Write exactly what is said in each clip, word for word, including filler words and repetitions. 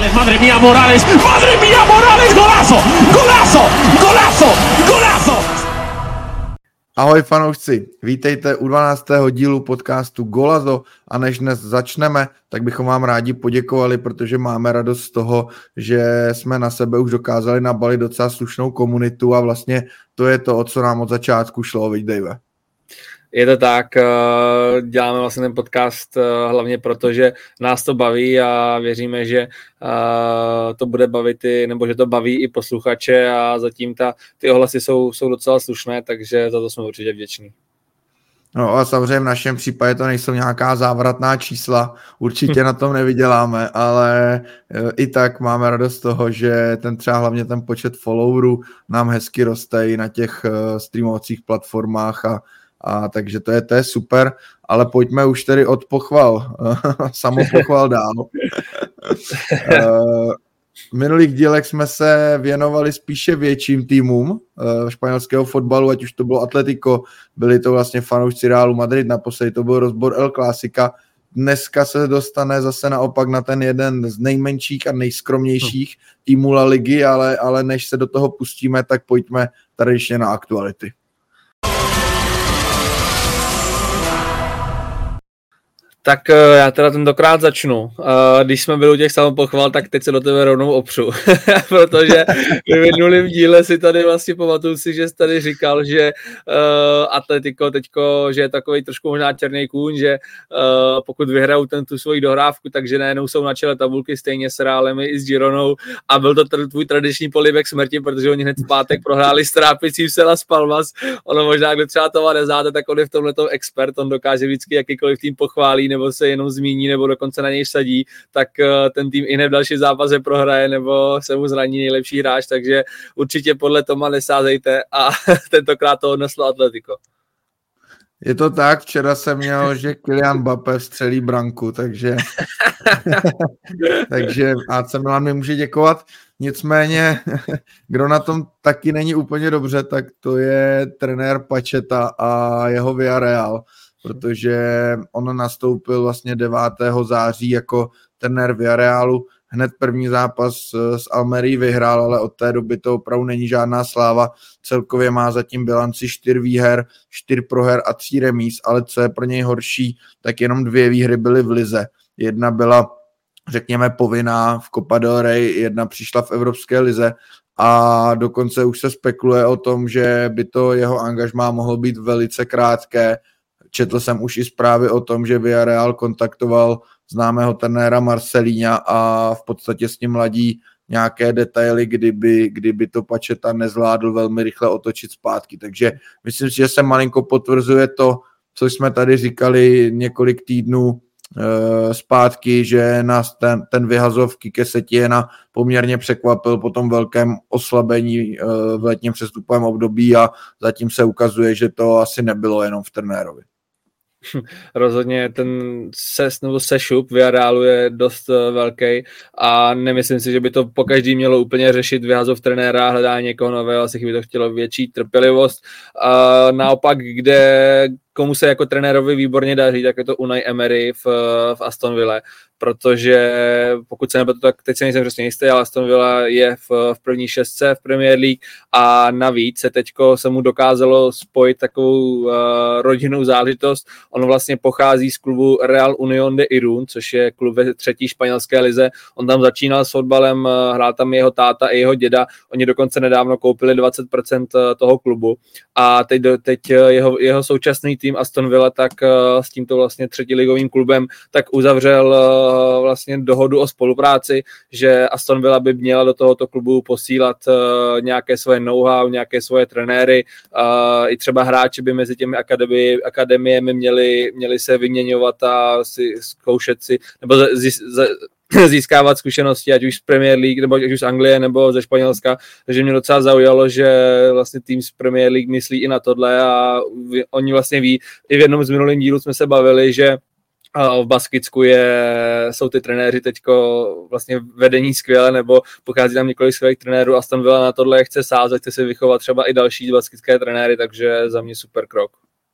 Morales, madre mía Morales, madre mía Morales, golazo, golazo, golazo, golazo. Ahoj fanoušci, vítejte u dvanáctého dílu podcastu Golazo a než dnes začneme, tak bychom vám rádi poděkovali, protože máme radost z toho, že jsme na sebe už dokázali nabalit docela slušnou komunitu a vlastně to je to, o co nám od začátku šlo, viď Dave? Je to tak, děláme vlastně ten podcast hlavně proto, že nás to baví a věříme, že to bude bavit i, nebo že to baví i posluchače a zatím ta, ty ohlasy jsou, jsou docela slušné, takže za to jsme určitě vděční. No a samozřejmě v našem případě to nejsou nějaká závratná čísla, určitě na tom nevyděláme, ale i tak máme radost z toho, že ten třeba hlavně ten počet followerů nám hezky roste i na těch streamovacích platformách a A takže to je, to je super, ale pojďme už tedy od pochval, samopochval dál. V minulých dílech jsme se věnovali spíše větším týmům španělského fotbalu, ať už to bylo Atletico, byli to vlastně fanoušci Realu Madrid, naposledy to byl rozbor El Clásica. Dneska se dostane zase naopak na ten jeden z nejmenších a nejskromnějších týmů La Ligy, ale, ale než se do toho pustíme, tak pojďme tradičně na aktuality. Tak já teda tentokrát začnu. Když jsme byli u těch samopochval, tak teď se do tebe rovnou opřu. Protože v minulým díle si tady vlastně pamatuju si, že jsi tady říkal, že uh, Atletico teďko, že je takovej trošku možná černý kůň, že uh, pokud vyhrajou ten tu svoji dohrávku, takže najednou jsou na čele tabulky stejně s Realem i s Gironou a byl to t- tvůj tradiční polibek smrti, protože oni hned v pátek prohráli s trápicím se Las Palmas. Ono možná, kdo třeba toho neznáte, tak on je v tomhletom expert, on dokáže vždycky jakýkoliv tým pochválí nebo se jenom zmíní, nebo dokonce na něj vsadí, tak ten tým i hned v další zápase prohraje, nebo se mu zraní nejlepší hráč, takže určitě podle Toma nesázejte a tentokrát to odneslo Atletico. Je to tak, včera jsem měl, že Kylian Mbappé vstřelí branku, takže takže A C Milan mi může děkovat, nicméně kdo na tom taky není úplně dobře, tak to je trenér Pacheta a jeho Villarreal, protože on nastoupil vlastně devátého září jako trenér Villarrealu, hned první zápas s Almerií vyhrál, ale od té doby to opravdu není žádná sláva, celkově má zatím bilanci čtyř výher, čtyř proher a tří remíz, ale co je pro něj horší, tak jenom dvě výhry byly v lize. Jedna byla, řekněme, povinná v Copa del Rey, jedna přišla v Evropské lize a dokonce už se spekuluje o tom, že by to jeho angažmá mohlo být velice krátké. Četl jsem už i zprávy o tom, že Villarreal kontaktoval známého trenéra Marcelína a v podstatě s ním ladí nějaké detaily, kdyby, kdyby to Pacheta nezvládl velmi rychle otočit zpátky. Takže myslím si, že se malinko potvrzuje to, co jsme tady říkali několik týdnů e, zpátky, že nás ten, ten vyhazov Quique Setiena poměrně překvapil po tom velkém oslabení e, v letním přestupovém období a zatím se ukazuje, že to asi nebylo jenom v trenérovi. Rozhodně ten ses nebo sešup Villarrealu je dost velký a nemyslím si, že by to pokaždý mělo úplně řešit vyhazov trenéra, hledání někoho nového, asi by to chtělo větší trpělivost. A naopak, kde komu se jako trenérovi výborně daří, tak je to Unai Emery v, v Aston Ville, protože pokud se nebudu, tak teď se nejsem přesně jistý, ale Aston Villa je v, v první šestce v Premier League a navíc se teďko se mu dokázalo spojit takovou uh, rodinnou záležitost. On vlastně pochází z klubu Real Unión de Irún, což je klub ve třetí španělské lize. On tam začínal s fotbalem, hrál tam jeho táta i jeho děda. Oni dokonce nedávno koupili dvacet procent toho klubu a teď, teď jeho, jeho současný tým Aston Villa, tak s tímto vlastně třetiligovým klubem, tak uzavřel vlastně dohodu o spolupráci, že Aston Villa by měla do tohoto klubu posílat nějaké svoje know-how, nějaké svoje trenéry, i třeba hráči by mezi těmi akademi, akademiemi měli, měli se vyměňovat a si zkoušet si, nebo z, z, získávat zkušenosti, ať už z Premier League, nebo ať už z Anglie, nebo ze Španělska, takže mě docela zaujalo, že vlastně tým z Premier League myslí i na tohle a oni vlastně ví, i v jednom z minulým dílů jsme se bavili, že v Baskicku je, jsou ty trenéři teďko vlastně vedení skvěle, nebo pochází tam několik skvělých trenérů a Aston Villa na tohle chce sázet, chce si vychovat třeba i další baskické trenéry, takže za mě super krok.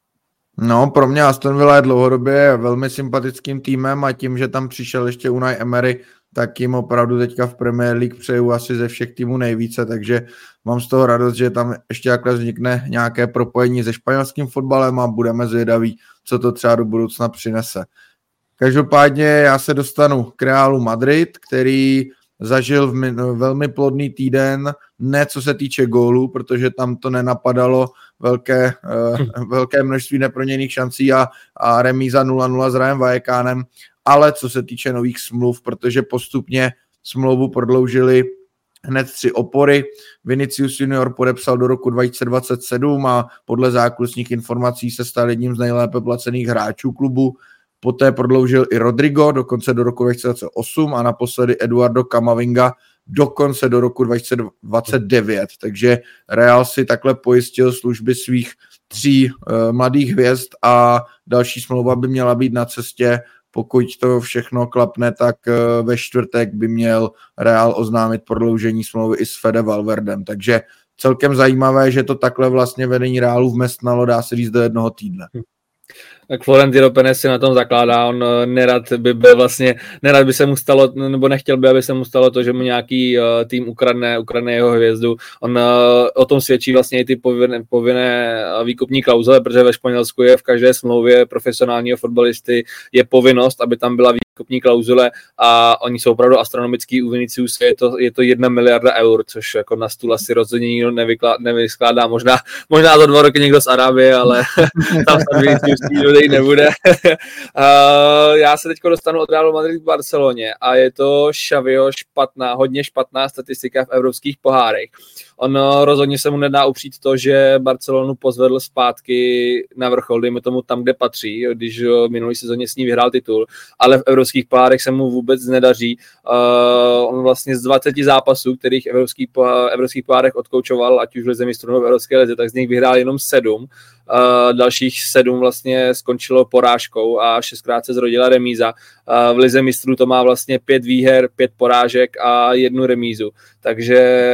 No, pro mě Aston Villa je dlouhodobě velmi sympatickým týmem a tím, že tam přišel ještě Unai Emery tak jim opravdu teďka v Premier League přeju asi ze všech týmů nejvíce, takže mám z toho radost, že tam ještě takhle vznikne nějaké propojení se španělským fotbalem a budeme zvědaví, co to třeba do budoucna přinese. Každopádně já se dostanu k Realu Madrid, který zažil v min- velmi plodný týden, ne co se týče gólů, protože tam to nenapadalo velké, uh, velké množství neproměnných šancí a, a remíza nula nula s Rajem Vallecánem, ale co se týče nových smluv, protože postupně smlouvu prodloužili hned tři opory. Vinicius Junior podepsal do roku dva tisíce dvacet sedm a podle zákulisních informací se stal jedním z nejlépe placených hráčů klubu. Poté prodloužil i Rodrigo dokonce do roku dva tisíce dvacet osm a naposledy Eduardo Camavinga dokonce do roku dva tisíce dvacet devět. Takže Real si takhle pojistil služby svých tří uh, mladých hvězd a další smlouva by měla být na cestě. Pokud to všechno klapne, tak uh, ve čtvrtek by měl Real oznámit prodloužení smlouvy i s Fede Valverdem. Takže celkem zajímavé, že to takhle vlastně vedení Realu vmestnalo, dá se říct, do jednoho týdne. Tak Florentino Pérez si na tom zakládá, on nerad by byl vlastně, nerad by se mu stalo, nebo nechtěl by, aby se mu stalo to, že mu nějaký uh, tým ukradne, ukradne jeho hvězdu. On uh, o tom svědčí vlastně i ty povinné, povinné výkupní klauzule, protože ve Španělsku je v každé smlouvě profesionálního fotbalisty je povinnost, aby tam byla výkupní klauzule a oni jsou opravdu astronomický. U Vinicius je to, je to jedna miliarda eur, což jako na stůl asi rozhodně nikdo nevyklá, nevyskládá. Možná, možná za dva roky někdo z Arábie, ale tam se Vinicius nebude. uh, já se teď dostanu od Realu Madrid k Barceloně a je to Xaviho špatná, hodně špatná statistika v evropských pohárech. On uh, rozhodně se mu nedá upřít to, že Barcelonu pozvedl zpátky na vrchol, dejme tomu tam, kde patří, když uh, minulý sezóně s ní vyhrál titul, ale v evropských pohárech se mu vůbec nedaří. Uh, on vlastně z dvaceti zápasů, kterých v evropských, evropských pohárech odkoučoval, ať už v lize mistrů nebo v evropské lize, tak z nich vyhrál jenom sedm. Uh, dalších sedm vlastně skončilo porážkou a šestkrát se zrodila remíza. Uh, v lize mistrů to má vlastně pět výher, pět porážek a jednu remízu. Takže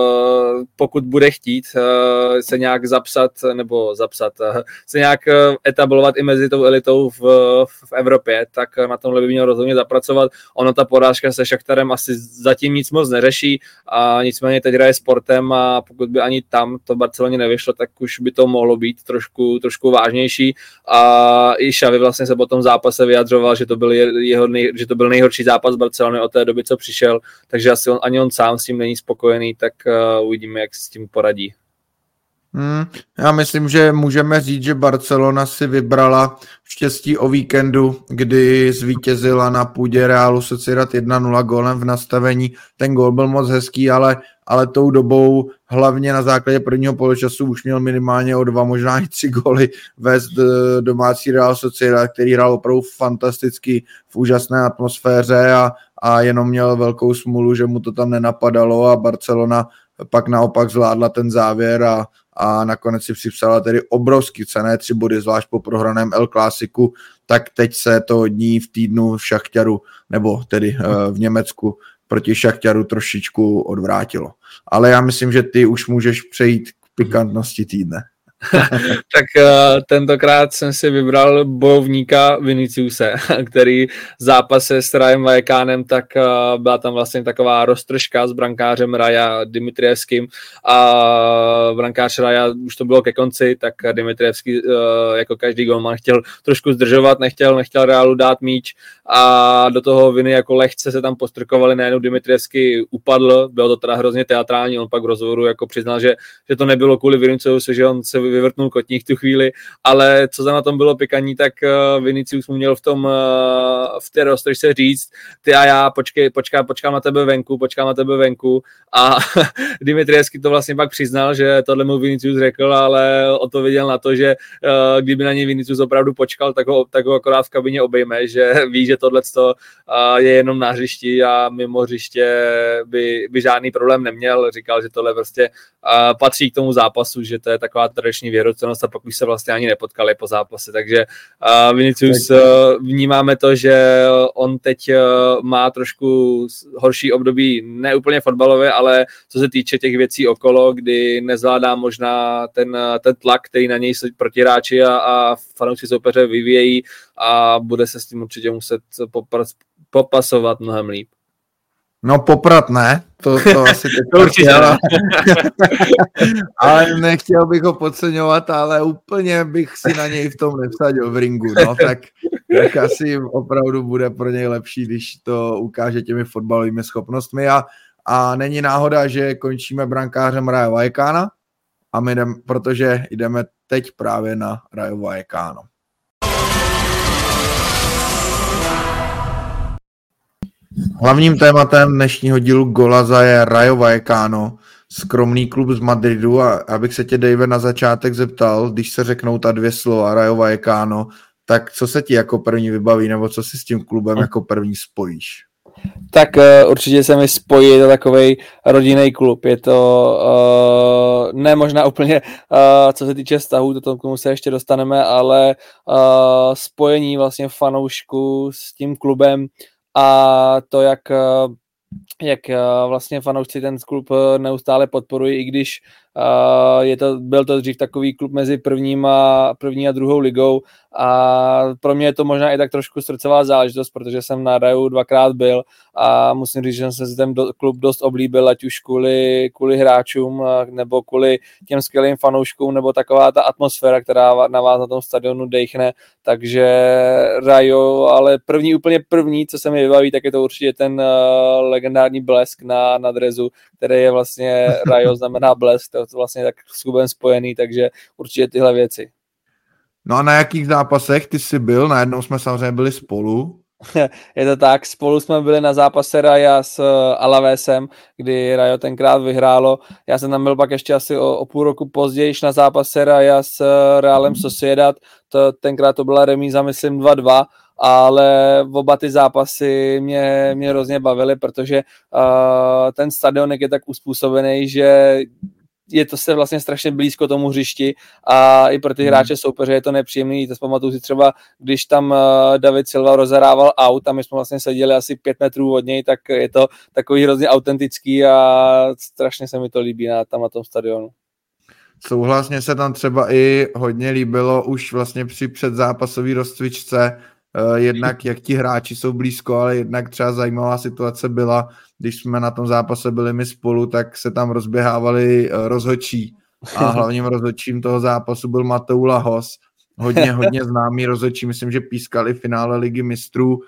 uh, pokud bude chtít uh, se nějak zapsat, nebo zapsat, uh, se nějak uh, etablovat i mezi tou elitou v, v Evropě, tak na tomhle by měl rozhodně zapracovat. Ono ta porážka se Šachtarem asi zatím nic moc neřeší a nicméně teď hraje sportem a pokud by ani tam to Barceloně nevyšlo, tak už by to mohlo být trošku, trošku vážnější a i Xavi vlastně se po tom zápase vyjadřoval, že to byl, jeho nej, že to byl nejhorší zápas Barcelony od té doby, co přišel, takže asi on, ani on sám s tím není spokojený, tak uh, uvidíme, jak s tím poradí. Hmm, já myslím, že můžeme říct, že Barcelona si vybrala štěstí o víkendu, kdy zvítězila na půdě Realu Sociedad jedna nula gólem v nastavení. Ten gól byl moc hezký, ale, ale tou dobou hlavně na základě prvního poločasu už měl minimálně o dva, možná i tři góly vést domácí Real Sociedad, který hrál opravdu fantasticky v úžasné atmosféře a, a jenom měl velkou smůlu, že mu to tam nenapadalo a Barcelona pak naopak zvládla ten závěr a, a nakonec si připsala tedy obrovsky cenné tři body, zvlášť po prohraném El Clásiku, tak teď se to dní v týdnu v Šachtaru, nebo tedy uh, v Německu proti Šachtaru trošičku odvrátilo. Ale já myslím, že ty už můžeš přejít k pikantnosti týdne. Tak uh, tentokrát jsem si vybral bojovníka Viniciuse, který v zápase s Rajem Vallecánem, tak uh, byla tam vlastně taková roztržka s brankářem Raja Dimitrievským a brankář Raja, už to bylo ke konci, tak Dimitrievský uh, jako každý golman chtěl trošku zdržovat, nechtěl, nechtěl Realu dát míč a do toho Viny jako lehce se tam postrkovali, najednou Dimitrievský upadl, bylo to teda hrozně teatrální, on pak v rozhovoru jako přiznal, že, že to nebylo kvůli Viniciusu, že on se vyvrtnul kotník tu chvíli, ale co za na tom bylo pikantní, tak uh, Vinicius mu měl v tom uh, v té roztržce říct, ty a já počkej, počkám, počkám na tebe venku, počkám na tebe venku a Dimitrievský to vlastně pak přiznal, že tohle mu Vinicius řekl, ale o to viděl na to, že uh, kdyby na něj Vinicius opravdu počkal, tak ho, tak ho akorát v kabině obejme, že ví, že tohleto uh, je jenom na hřišti a mimo hřiště by, by žádný problém neměl, říkal, že tohle prostě uh, patří k tomu zápasu, že to je taková tradiční věrocenost a pak už se vlastně ani nepotkali po zápase, takže uh, Vinicius uh, vnímáme to, že on teď uh, má trošku horší období, ne úplně fotbalově, ale co se týče těch věcí okolo, kdy nezvládá možná ten, ten tlak, který na něj protiráči a, a fanoušci soupeře vyvíjejí a bude se s tím určitě muset popasovat mnohem líp. No Poprad ne, to, to asi teď určitě, ale, ale nechtěl bych ho podceňovat, ale úplně bych si na něj v tom nevsadil v ringu, no tak, tak asi opravdu bude pro něj lepší, když to ukáže těmi fotbalovými schopnostmi a, a není náhoda, že končíme brankářem Rayo Vallecana, a my jdem, protože jdeme teď právě na Rayo Vallecano. Hlavním tématem dnešního dílu Golaza je Rayo Vallecano, skromný klub z Madridu a abych se tě, Dave, na začátek zeptal, když se řeknou ta dvě slova Rayo Vallecano, tak co se ti jako první vybaví, nebo co si s tím klubem jako první spojíš? Tak uh, určitě se mi spojí, je to takovej rodinný klub, je to uh, ne možná úplně, uh, co se týče vztahů, to k tomu se ještě dostaneme, ale uh, spojení vlastně fanoušků s tím klubem a to, jak, uh, jak uh, vlastně fanoušci ten klub neustále podporují, i když uh, je to, byl to dřív takový klub mezi prvním a, první a druhou ligou a pro mě je to možná i tak trošku srdcová záležitost, protože jsem na Rayu dvakrát byl a musím říct, že jsem se ten do, klub dost oblíbil, ať už kvůli, kvůli hráčům nebo kvůli těm skvělým fanouškům, nebo taková ta atmosféra, která na vás na tom stadionu dejchne, takže Rayo, ale první, úplně první, co se mi vybaví, tak je to určitě ten uh, legendární blesk na, na drezu, který je vlastně Rayo znamená blesk, to je vlastně tak s klubem spojený, takže určitě tyhle věci. No a na jakých zápasech ty jsi byl? Najednou jsme samozřejmě byli spolu. Je to tak, spolu jsme byli na zápase Raya s Alavesem, kdy Rayo tenkrát vyhrálo. Já jsem tam byl pak ještě asi o, o půl roku později na zápase Raya s Realem Sociedad. To, tenkrát to byla remíza, myslím, dva dva, ale oba ty zápasy mě, mě hrozně bavily, protože uh, ten stadionek je tak uspůsobený, že je to se vlastně strašně blízko tomu hřišti a i pro ty hráče soupeře je to nepříjemný. To pamatuju si třeba, když tam David Silva rozhrával aut a my jsme vlastně seděli asi pět metrů od něj, tak je to takový hrozně autentický a strašně se mi to líbí na, tam na tom stadionu. Souhlasně se tam třeba i hodně líbilo už vlastně při předzápasové rozcvičce, jednak jak ti hráči jsou blízko, ale jednak třeba zajímavá situace byla, když jsme na tom zápase byli my spolu, tak se tam rozběhávali rozhodčí a hlavním rozhodčím toho zápasu byl Mateu Lahos, hodně, hodně známý rozhodčí, myslím, že pískali finále Ligy mistrů,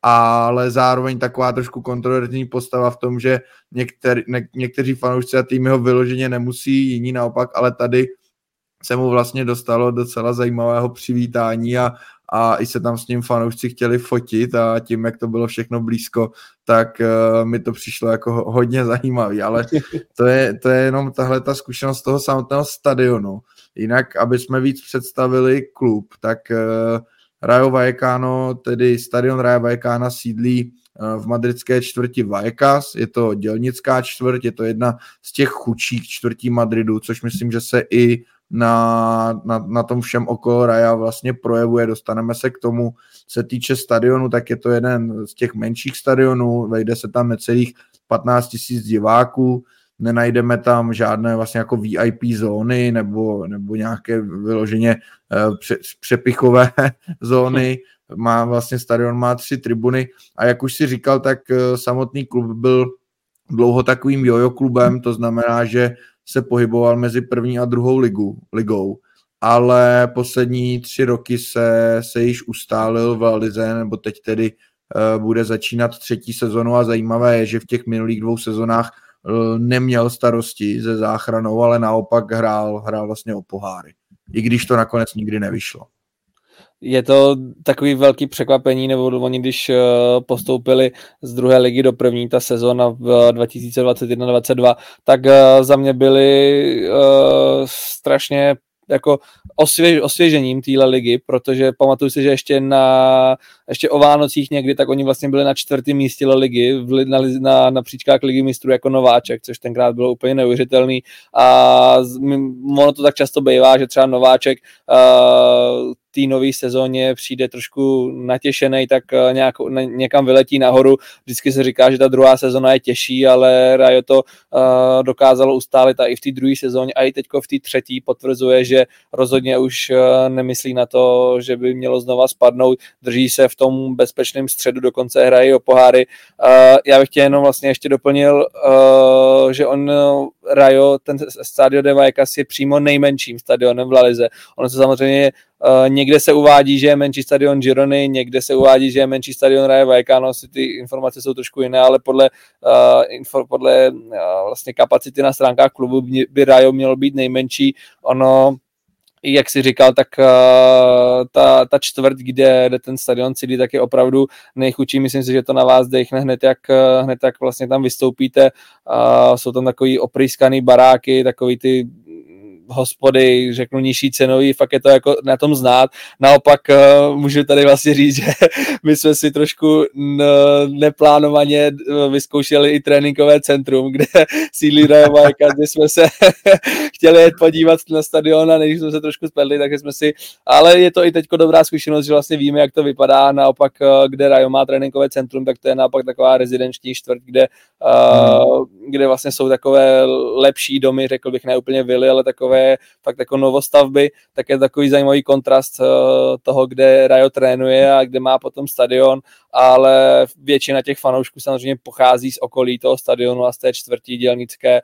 ale zároveň taková trošku kontroverzní postava v tom, že některý, ne, někteří fanoušci a týmy ho vyloženě nemusí, jiní naopak, ale tady se mu vlastně dostalo docela zajímavého přivítání a a i se tam s ním fanoušci chtěli fotit a tím, jak to bylo všechno blízko, tak uh, mi to přišlo jako hodně zajímavý, ale to je, to je jenom tahle ta zkušenost toho samotného stadionu. Jinak, aby jsme víc představili klub, tak uh, Rayo Vallecano, tedy stadion Rayo Vallecana sídlí uh, v madridské čtvrti Vallecas, je to dělnická čtvrť, je to jedna z těch chudších čtvrtí Madridu, což myslím, že se i Na, na, na tom všem okolo Raya vlastně projevuje, dostaneme se k tomu. Se týče stadionu, tak je to jeden z těch menších stadionů, vejde se tam necelých patnáct tisíc diváků, nenajdeme tam žádné vlastně jako V I P zóny nebo, nebo nějaké vyloženě uh, pře, přepichové zóny. Má vlastně stadion má tři tribuny a jak už si říkal, tak uh, samotný klub byl dlouho takovým jojo klubem, to znamená, že se pohyboval mezi první a druhou ligu, ligou, ale poslední tři roky se, se již ustálil v La Lize, nebo teď tedy uh, bude začínat třetí sezonu a zajímavé je, že v těch minulých dvou sezonách uh, neměl starosti se záchranou, ale naopak hrál, hrál vlastně o poháry, i když to nakonec nikdy nevyšlo. Je to takový velký překvapení, nebo oni když postoupili z druhé ligy do první, ta sezóna v dva tisíce dvacet jedna dvacet dva, tak za mě byli uh, strašně jako osvěž, osvěžením téhle ligy, protože pamatuju si, že ještě na ještě o Vánocích někdy, tak oni vlastně byli na čtvrtém místě ligy, v, na, na, na příčkách ligy mistrů jako nováček, což tenkrát bylo úplně neuvěřitelný a ono to tak často bývá, že třeba nováček uh, té nové sezóně přijde trošku natěšený, tak nějak, někam vyletí nahoru. Vždycky se říká, že ta druhá sezóna je těžší, ale Rayo to uh, dokázalo ustálit a i v té druhé sezóně a i teďko v té třetí potvrzuje, že rozhodně už uh, nemyslí na to, že by mělo znova spadnout, drží se v tom bezpečném středu, dokonce hrají o poháry. Uh, já bych tě jenom vlastně ještě doplnil, uh, že on Rayo, ten Stadio de Vallecas je přímo nejmenším stadionem v La Lize. Ono se samozřejmě uh, někde se uvádí, že je menší stadion Girony, někde se uvádí, že je menší stadion Rayo Vallecano, ty informace jsou trošku jiné, ale podle, uh, info, podle uh, vlastně kapacity na stránkách klubu by, by Rayo mělo být nejmenší. Ono, jak jsi říkal, tak uh, ta, ta čtvrť, kde, kde ten stadion cílí, tak je opravdu nejchudší. Myslím si, že to na vás dechne hned, jak, hned jak vlastně tam vystoupíte. Uh, jsou tam takový oprýskaný baráky, takový ty hospody, řeknu nižší cenový, fakt je to jako na tom znát. Naopak uh, můžu tady vlastně říct, že my jsme si trošku n- neplánovaně vyzkoušeli i tréninkové centrum, kde sídlí Rayo Vallecas, kde jsme se chtěli jet podívat na stadion a než jsme se trošku spletli, takže jsme si, ale je to i teďko dobrá zkušenost, že vlastně víme, jak to vypadá. Naopak, kde Rayo má tréninkové centrum, tak to je naopak taková rezidenční čtvrť, kde, uh, hmm. kde vlastně jsou takové lepší domy, řekl bych, ne úplně vily, ale takové fakt jako novostavby, tak je takový zajímavý kontrast uh, toho, kde Rayo trénuje a kde má potom stadion, ale většina těch fanoušků samozřejmě pochází z okolí toho stadionu a z té čtvrtí dělnické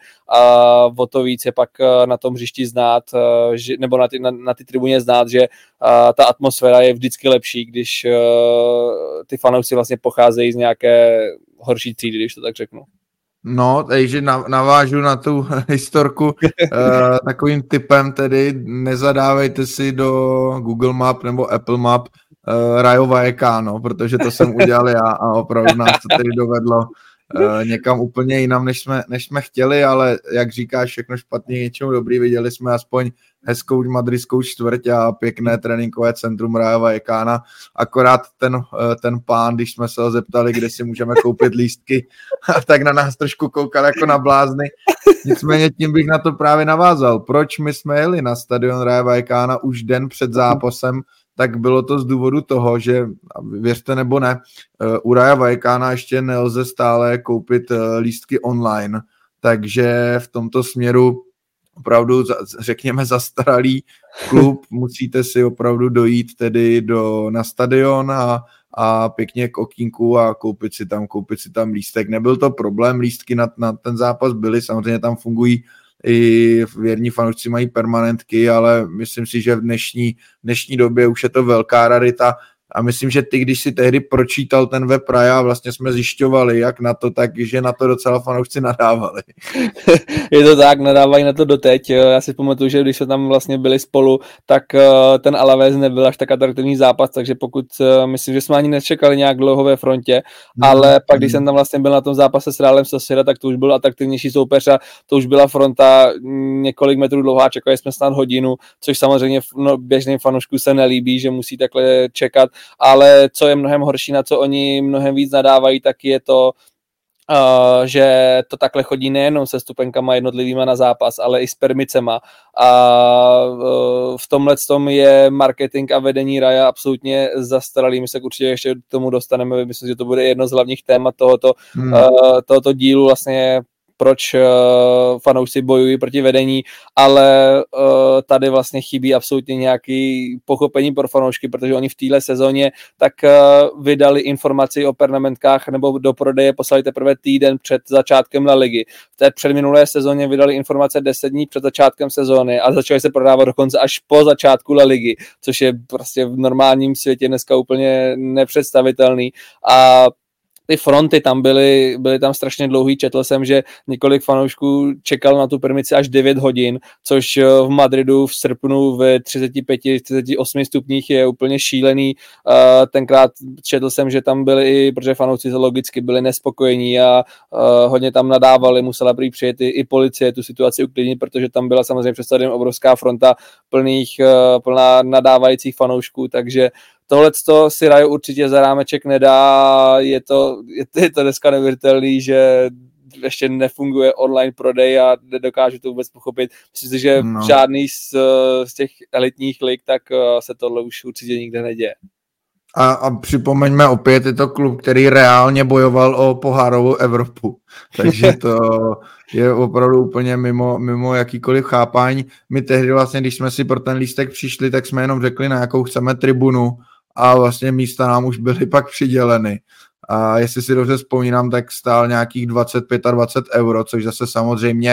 a o to víc je pak uh, na tom hřišti znát, uh, že, nebo na ty, na, na ty tribuně znát, že uh, ta atmosféra je vždycky lepší, když uh, ty fanoušci vlastně pocházejí z nějaké horší třídy, když to tak řeknu. No, takže navážu na tu historku uh, takovým tipem, tedy nezadávejte si do Google Map nebo Apple Map uh, Rayo Vallecano, protože to jsem udělal já a opravdu nás to tedy dovedlo uh, někam úplně jinam, než jsme, než jsme chtěli, ale jak říkáš, všechno špatně, něčemu dobrý, viděli jsme aspoň hezkou madridskou čtvrť a pěkné tréninkové centrum Rayo Vallecana. Akorát ten, ten pán, když jsme se ho zeptali, kde si můžeme koupit lístky, tak na nás trošku koukal jako na blázny. Nicméně tím bych na to právě navázal. Proč my jsme jeli na stadion Rayo Vallecana už den před zápasem, tak bylo to z důvodu toho, že věřte nebo ne, u Rayo Vallecana ještě nelze stále koupit lístky online, takže v tomto směru opravdu, řekněme, zastaralý klub, musíte si opravdu dojít tedy do, na stadion a, a pěkně k okýnku a koupit si tam, koupit si tam lístek. Nebyl to problém, lístky na, na ten zápas byly, samozřejmě tam fungují i věrní fanoušci mají permanentky, ale myslím si, že v dnešní, dnešní době už je to velká rarita. A myslím, že ty, když si tehdy pročítal ten web Raya, vlastně jsme zjišťovali, jak na to, tak že na to docela fanoušci nadávali. Je to tak, nadávají na to doteď. Já si pamatuju, že když jsme tam vlastně byli spolu, tak ten Alavés nebyl až tak atraktivní zápas, takže pokud, myslím, že jsme ani nečekali nějak dlouho ve frontě, mm. ale pak, když jsem tam vlastně byl na tom zápase s Realem Sociedad, tak to už byl atraktivnější soupeř a to už byla fronta několik metrů dlouhá, čekali jsme snad hodinu, což samozřejmě no, běžným fanouškům se nelíbí, že musí takhle čekat. Ale co je mnohem horší, na co oni mnohem víc nadávají, tak je to, uh, že to takhle chodí nejenom se stupenkama jednotlivýma na zápas, ale i s permicema. A uh, v tomhle tom je marketing a vedení Raya absolutně zastaralý. My se určitě ještě k tomu dostaneme. Myslím, že to bude jedno z hlavních témat tohoto, hmm. uh, tohoto dílu, vlastně proč uh, fanoušci bojují proti vedení, ale uh, tady vlastně chybí absolutně nějaký pochopení pro fanoušky, protože oni v téhle sezóně tak uh, vydali informaci o permanentkách nebo do prodeje poslali teprve týden před začátkem La Ligy. V té předminulé sezóně vydali informace deset dní před začátkem sezóny a začaly se prodávat dokonce až po začátku La Ligy, což je prostě v normálním světě dneska úplně nepředstavitelný. A ty fronty tam byly, byly tam strašně dlouhý, četl jsem, že několik fanoušků čekal na tu permici až devět hodin, což v Madridu v srpnu v třicet pět třicet osm stupních je úplně šílený. Tenkrát četl jsem, že tam byli i, protože fanoušci logicky byli nespokojení a hodně tam nadávali, musela prý přijet i, i policie tu situaci uklidnit, protože tam byla samozřejmě před stadionem obrovská fronta plných, plná nadávajících fanoušků, takže tohleto si Rayo určitě za rámeček nedá, je to, je to, je to dneska neuvěřitelný, že ještě nefunguje online prodej a nedokážu to vůbec pochopit. Myslím si, že no. žádný z, z těch elitních lig, tak se tohle už určitě nikde neděje. A, a připomeňme opět, je to klub, který reálně bojoval o pohárovou Evropu. Takže to je opravdu úplně mimo, mimo jakýkoliv chápání. My tehdy vlastně, když jsme si pro ten lístek přišli, tak jsme jenom řekli, na jakou chceme tribunu a vlastně místa nám už byly pak přiděleny. A jestli si dobře vzpomínám, tak stál nějakých dvacet pět a dvacet euro, což zase samozřejmě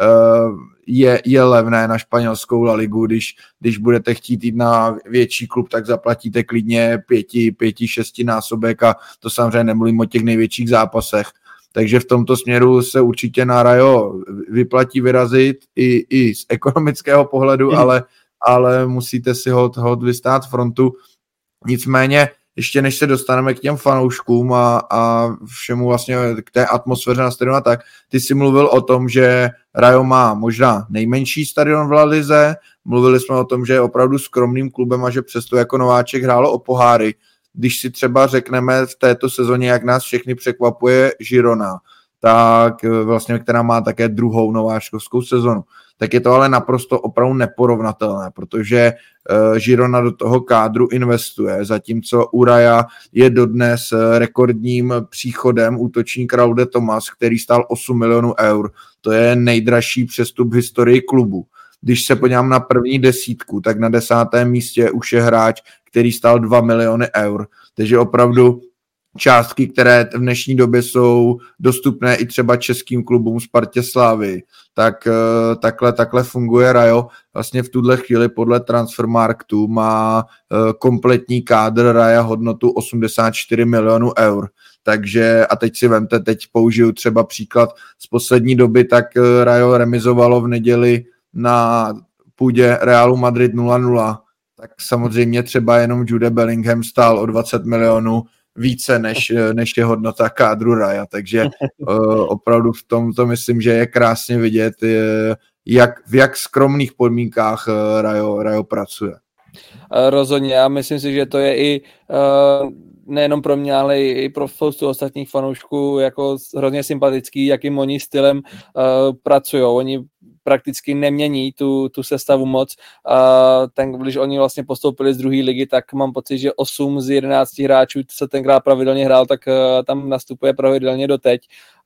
je, je levné na španělskou La Ligu. Když, když budete chtít jít na větší klub, tak zaplatíte klidně pěti, pěti, šesti násobek a to samozřejmě nemluvím o těch největších zápasech. Takže v tomto směru se určitě na Rayo vyplatí vyrazit i, i z ekonomického pohledu, mm. ale, ale musíte si hod, hod vystát frontu. Nicméně ještě než se dostaneme k těm fanouškům a, a všemu vlastně k té atmosféře na stadionu, tak ty jsi mluvil o tom, že Rayo má možná nejmenší stadion v La Lize, mluvili jsme o tom, že je opravdu skromným klubem a že přesto jako nováček hrálo o poháry. Když si třeba řekneme v této sezóně, jak nás všechny překvapuje Girona, tak vlastně, která má také druhou nováčkovskou sezonu, tak je to ale naprosto opravdu neporovnatelné, protože uh, Girona do toho kádru investuje, zatímco u Raya je dodnes rekordním příchodem útočník Raúl de Tomás, který stál osm milionů eur. To je nejdražší přestup v historii klubu. Když se podívám na první desítku, tak na desátém místě už je hráč, který stál dva miliony eur. Takže opravdu částky, které v dnešní době jsou dostupné i třeba českým klubům Spartě Slávy, tak takhle, takhle funguje Rayo. Vlastně v tuhle chvíli podle Transfermarktu má kompletní kádr Raya hodnotu osmdesát čtyři milionů eur. Takže a teď si vemte, teď použiju třeba příklad z poslední doby, tak Rayo remizovalo v neděli na půdě Realu Madrid nula nula. Tak samozřejmě třeba jenom Jude Bellingham stál o dvacet milionů více než, než je hodnota kádru Raya, takže uh, opravdu v tomto myslím, že je krásně vidět, je, jak, v jak skromných podmínkách uh, Rayo, Rayo pracuje. Rozhodně, já myslím si, že to je i uh, nejenom pro mě, ale i pro spoustu ostatních fanoušků jako hrozně sympatický, jakým oni stylem uh, pracují. Oni prakticky nemění tu, tu sestavu moc. Uh, ten, když oni vlastně postoupili z druhé ligy, tak mám pocit, že osm z jedenácti hráčů, co tenkrát pravidelně hrál, tak uh, tam nastupuje pravidelně doteď.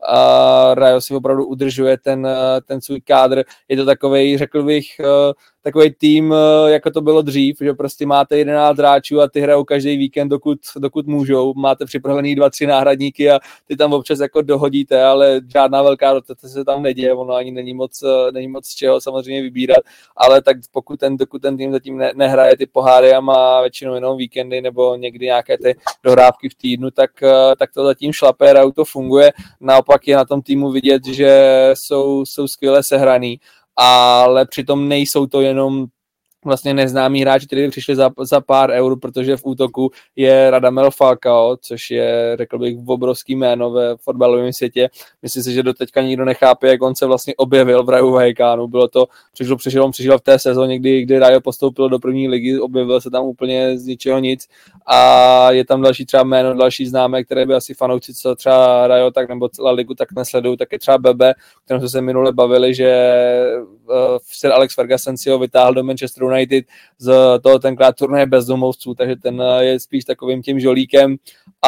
A Rayo si opravdu udržuje ten, ten svůj kádr. Je to takovej, řekl bych, takový tým, jako to bylo dřív, že prostě máte jedenáct hráčů a ty hrajou každý víkend, dokud, dokud můžou. Máte připravený dva, tři náhradníky a ty tam občas jako dohodíte, ale žádná velká rotace se tam neděje, ono ani není moc, není moc z čeho samozřejmě vybírat, ale tak pokud ten, dokud ten tým zatím ne, nehraje ty poháry a má většinou jenom víkendy nebo někdy nějaké ty dohrávky v týdnu, tak, tak to zatím šlape, Rayo to funguje. Naopak je na tom týmu vidět, že jsou, jsou skvěle sehraný, ale přitom nejsou to jenom vlastně neznámí hráči, kteří přišli za, za pár eur, protože v útoku je Radamel Falcao, což je, řekl bych, obrovský jméno ve fotbalovém světě. Myslím si, že doteďka nikdo nechápe, jak on se vlastně objevil v Rayu Vallecanu. Bylo to, přišel, přišel, on přišel v té sezóně, kdy, kdy Rayo postoupilo do první ligy, objevil se tam úplně z ničeho nic a je tam další třeba jméno, další známé, které by asi fanoušci, co třeba Rayo tak nebo La Ligu tak nesledují, tak je třeba Bebe, o kterém jsme se minule bavili, že uh, Sir Alex Ferguson si ho vytáhl do Manchesteru United z toho tenkrát turnaje bezdomovců, takže ten je spíš takovým tím žolíkem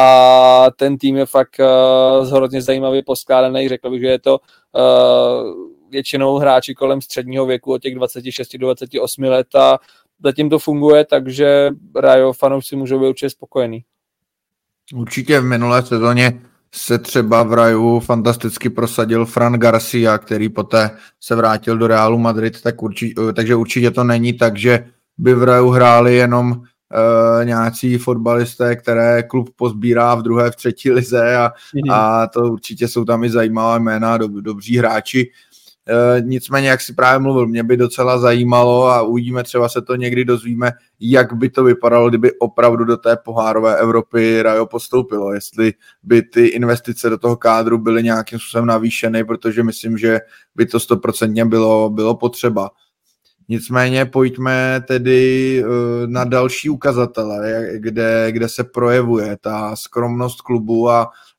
a ten tým je fakt uh, hrozně zajímavě poskládaný, řekl bych, že je to uh, většinou hráči kolem středního věku od těch dvacet šest do dvacet osm let a zatím to funguje, takže Rayo fanoušci můžou být určitě spokojení. Určitě v minulé sezóně se třeba v Rayu fantasticky prosadil Fran Garcia, který poté se vrátil do Realu Madrid, tak určitě, takže určitě to není tak, že by v Rayu hráli jenom uh, nějací fotbalisté, které klub pozbírá v druhé, v třetí lize a, mm. a to určitě jsou tam i zajímavá jména, dob, dobří hráči. Uh, nicméně, jak si právě mluvil, mě by docela zajímalo a uvidíme, třeba se to někdy dozvíme, jak by to vypadalo, kdyby opravdu do té pohárové Evropy Rayo postoupilo, jestli by ty investice do toho kádru byly nějakým způsobem navýšeny, protože myslím, že by to stoprocentně bylo, bylo potřeba. Nicméně pojďme tedy uh, na další ukazatele, kde, kde se projevuje ta skromnost klubu a,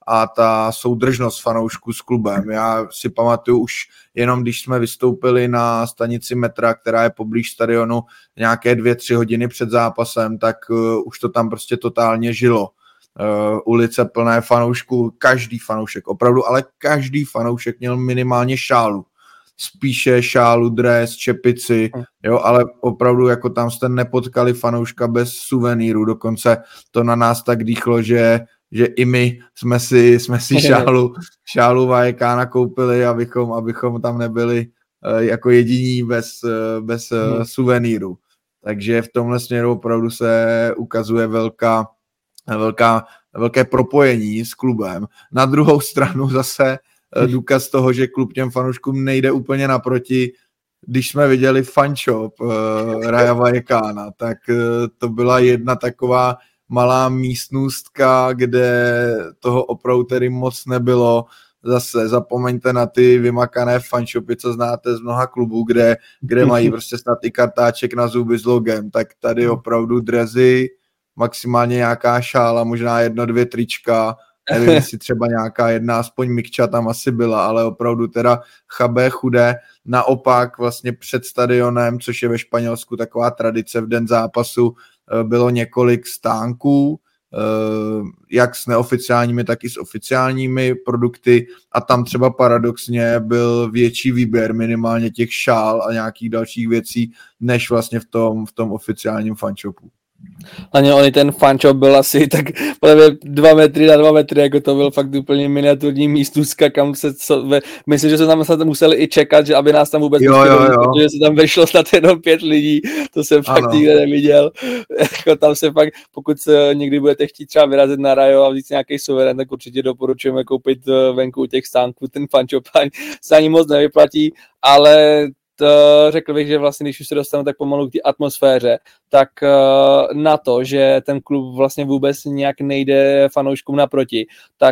a ta soudržnost fanoušků s klubem. Já si pamatuju už jenom, když jsme vystoupili na stanici metra, která je poblíž stadionu nějaké dvě, tři hodiny před zápasem, tak uh, už to tam prostě totálně žilo. Uh, ulice plné fanoušků, každý fanoušek, opravdu, ale každý fanoušek měl minimálně šálu. Spíše šálu, dres, čepici, jo, ale opravdu jako tam jste nepotkali fanouška bez suvenýru, dokonce to na nás tak dýchlo, že, že i my jsme si, jsme si šálu, šálu Vallecana koupili, abychom, abychom tam nebyli uh, jako jediní bez, uh, bez uh, hmm. suvenýru. Takže v tomhle směru opravdu se ukazuje velká, velká, velké propojení s klubem. Na druhou stranu zase důkaz toho, že klub těm fanouškům nejde úplně naproti. Když jsme viděli fanshop uh, Raja Vallecana, tak uh, to byla jedna taková malá místnostka, kde toho opravdu tedy moc nebylo. Zase zapomeňte na ty vymakané fanshopy, co znáte z mnoha klubů, kde, kde mají prostě snad i kartáček na zuby s logem, tak tady opravdu drezy, maximálně nějaká šála, možná jedno, dvě trička, nevím, jestli třeba nějaká jedna, aspoň mikča tam asi byla, ale opravdu teda chabé, chudé. Naopak vlastně před stadionem, což je ve Španělsku taková tradice, v den zápasu bylo několik stánků, jak s neoficiálními, tak i s oficiálními produkty a tam třeba paradoxně byl větší výběr minimálně těch šál a nějakých dalších věcí, než vlastně v tom, v tom oficiálním fanshopu. Hlavně oni ten fanshop byl asi tak dva metry na dva metry, jako to byl fakt úplně miniaturní místůzka, kam se, co, ve, myslím, že se tam se museli i čekat, že aby nás tam vůbec jo, jo, jo. protože se tam vešlo snad jenom pět lidí, to jsem fakt ano. nikde neviděl. Jako tam se fakt, pokud se někdy budete chtít třeba vyrazit na Rajo a vzít nějaký suverén, tak určitě doporučujeme koupit venku těch stánků, ten fanshop se ani moc nevyplatí, ale to řekl bych, že vlastně, když už se dostanu tak pomalu k té atmosféře, tak uh, na to, že ten klub vlastně vůbec nějak nejde fanouškům naproti, tak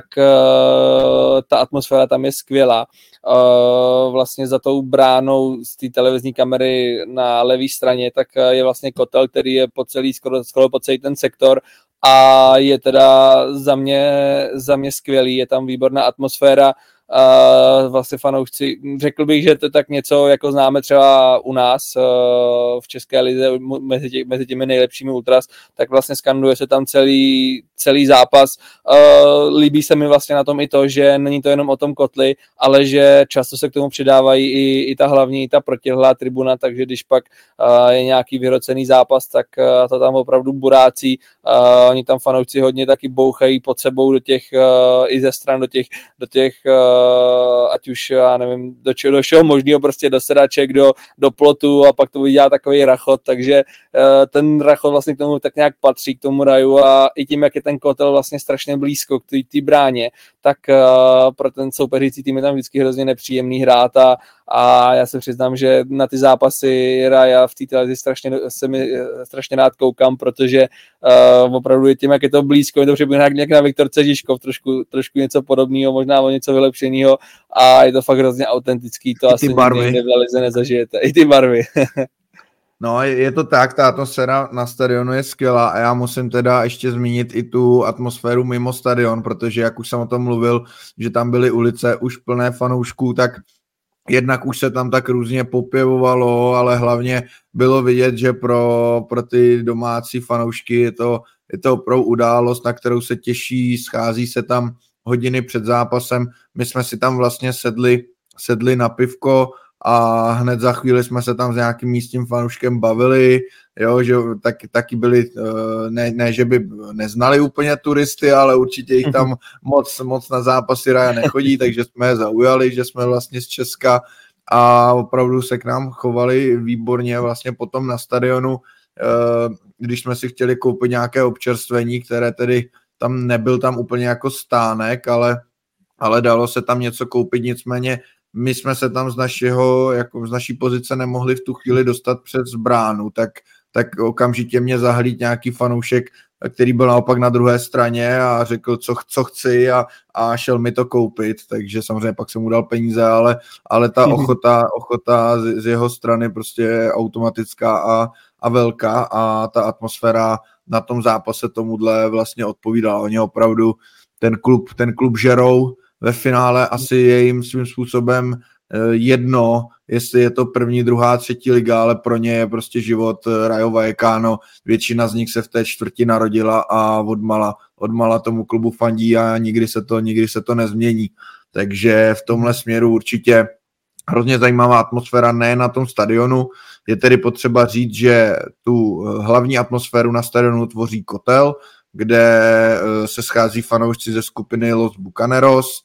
uh, ta atmosféra tam je skvělá. Uh, vlastně za tou bránou z té televizní kamery na levé straně, tak uh, je vlastně kotel, který je po celý, skoro, skoro po celý ten sektor a je teda za mě, za mě skvělý, je tam výborná atmosféra. Uh, vlastně fanoušci, řekl bych, že to je tak něco, jako známe třeba u nás uh, v České lize mezi, tě, mezi těmi nejlepšími ultras, tak vlastně skanduje se tam celý, celý zápas. Uh, líbí se mi vlastně na tom i to, že není to jenom o tom kotli, ale že často se k tomu přidávají i, i ta hlavní, i ta protihlá tribuna, takže když pak uh, je nějaký vyhrocený zápas, tak uh, to tam opravdu burácí. Uh, oni tam fanoušci hodně taky bouchají pod sebou do těch, uh, i ze stran do těch, do těch uh, ať už, já nevím, do čeho, do čeho možného, prostě do sedaček, do, do plotu a pak to udělá takový rachot, takže uh, ten rachot vlastně k tomu tak nějak patří, k tomu Raju a i tím, jak je ten kotel vlastně strašně blízko k té bráně, tak uh, pro ten soupeřící tým je tam vždycky hrozně nepříjemný hrát a, a já se přiznám, že na ty zápasy Raja v té televizi strašně, se mi strašně rád koukám, protože uh, opravdu je tím, jak je to blízko, je to připomíná nějak na Viktorce Žižkov, trošku, trošku něco podobného, možná o něco vylepšeného a je to fakt hrozně autentický, to I asi nikdy v lize nezažijete. I ty barvy. No, je to tak, ta atmosféra na stadionu je skvělá a já musím teda ještě zmínit i tu atmosféru mimo stadion, protože jak už jsem o tom mluvil, že tam byly ulice už plné fanoušků, tak jednak už se tam tak různě popěvovalo, ale hlavně bylo vidět, že pro, pro ty domácí fanoušky je to, je to opravdu událost, na kterou se těší, schází se tam hodiny před zápasem. My jsme si tam vlastně sedli, sedli na pivko a hned za chvíli jsme se tam s nějakým místním fanouškem bavili, jo, že tak, taky byli, ne, ne, že by neznali úplně turisty, ale určitě jich tam moc, moc na zápasy Raja nechodí, takže jsme je zaujali, že jsme vlastně z Česka a opravdu se k nám chovali výborně vlastně potom na stadionu, když jsme si chtěli koupit nějaké občerstvení, které tedy tam nebyl tam úplně jako stánek, ale, ale dalo se tam něco koupit, nicméně my jsme se tam z našeho, jako z naší pozice nemohli v tu chvíli dostat přes bránu, tak, tak okamžitě mě zahlíd nějaký fanoušek, který byl naopak na druhé straně a řekl, co, co chci a, a šel mi to koupit, takže samozřejmě pak jsem mu dal peníze, ale, ale ta ochota, ochota z, z jeho strany prostě je automatická a, a velká a ta atmosféra na tom zápase tomuhle vlastně odpovídala. Oni opravdu ten klub, ten klub žerou ve finále, asi je jim svým způsobem jedno, jestli je to první, druhá, třetí liga, ale pro ně je prostě život Rayo Vallecano. Většina z nich se v té čtvrti narodila a odmala, odmala tomu klubu fandí a nikdy se to, nikdy se to nezmění. Takže v tomhle směru určitě hrozně zajímavá atmosféra nejen na tom stadionu. Je tedy potřeba říct, že tu hlavní atmosféru na stadionu tvoří kotel, kde se schází fanoušci ze skupiny Los Bucaneros.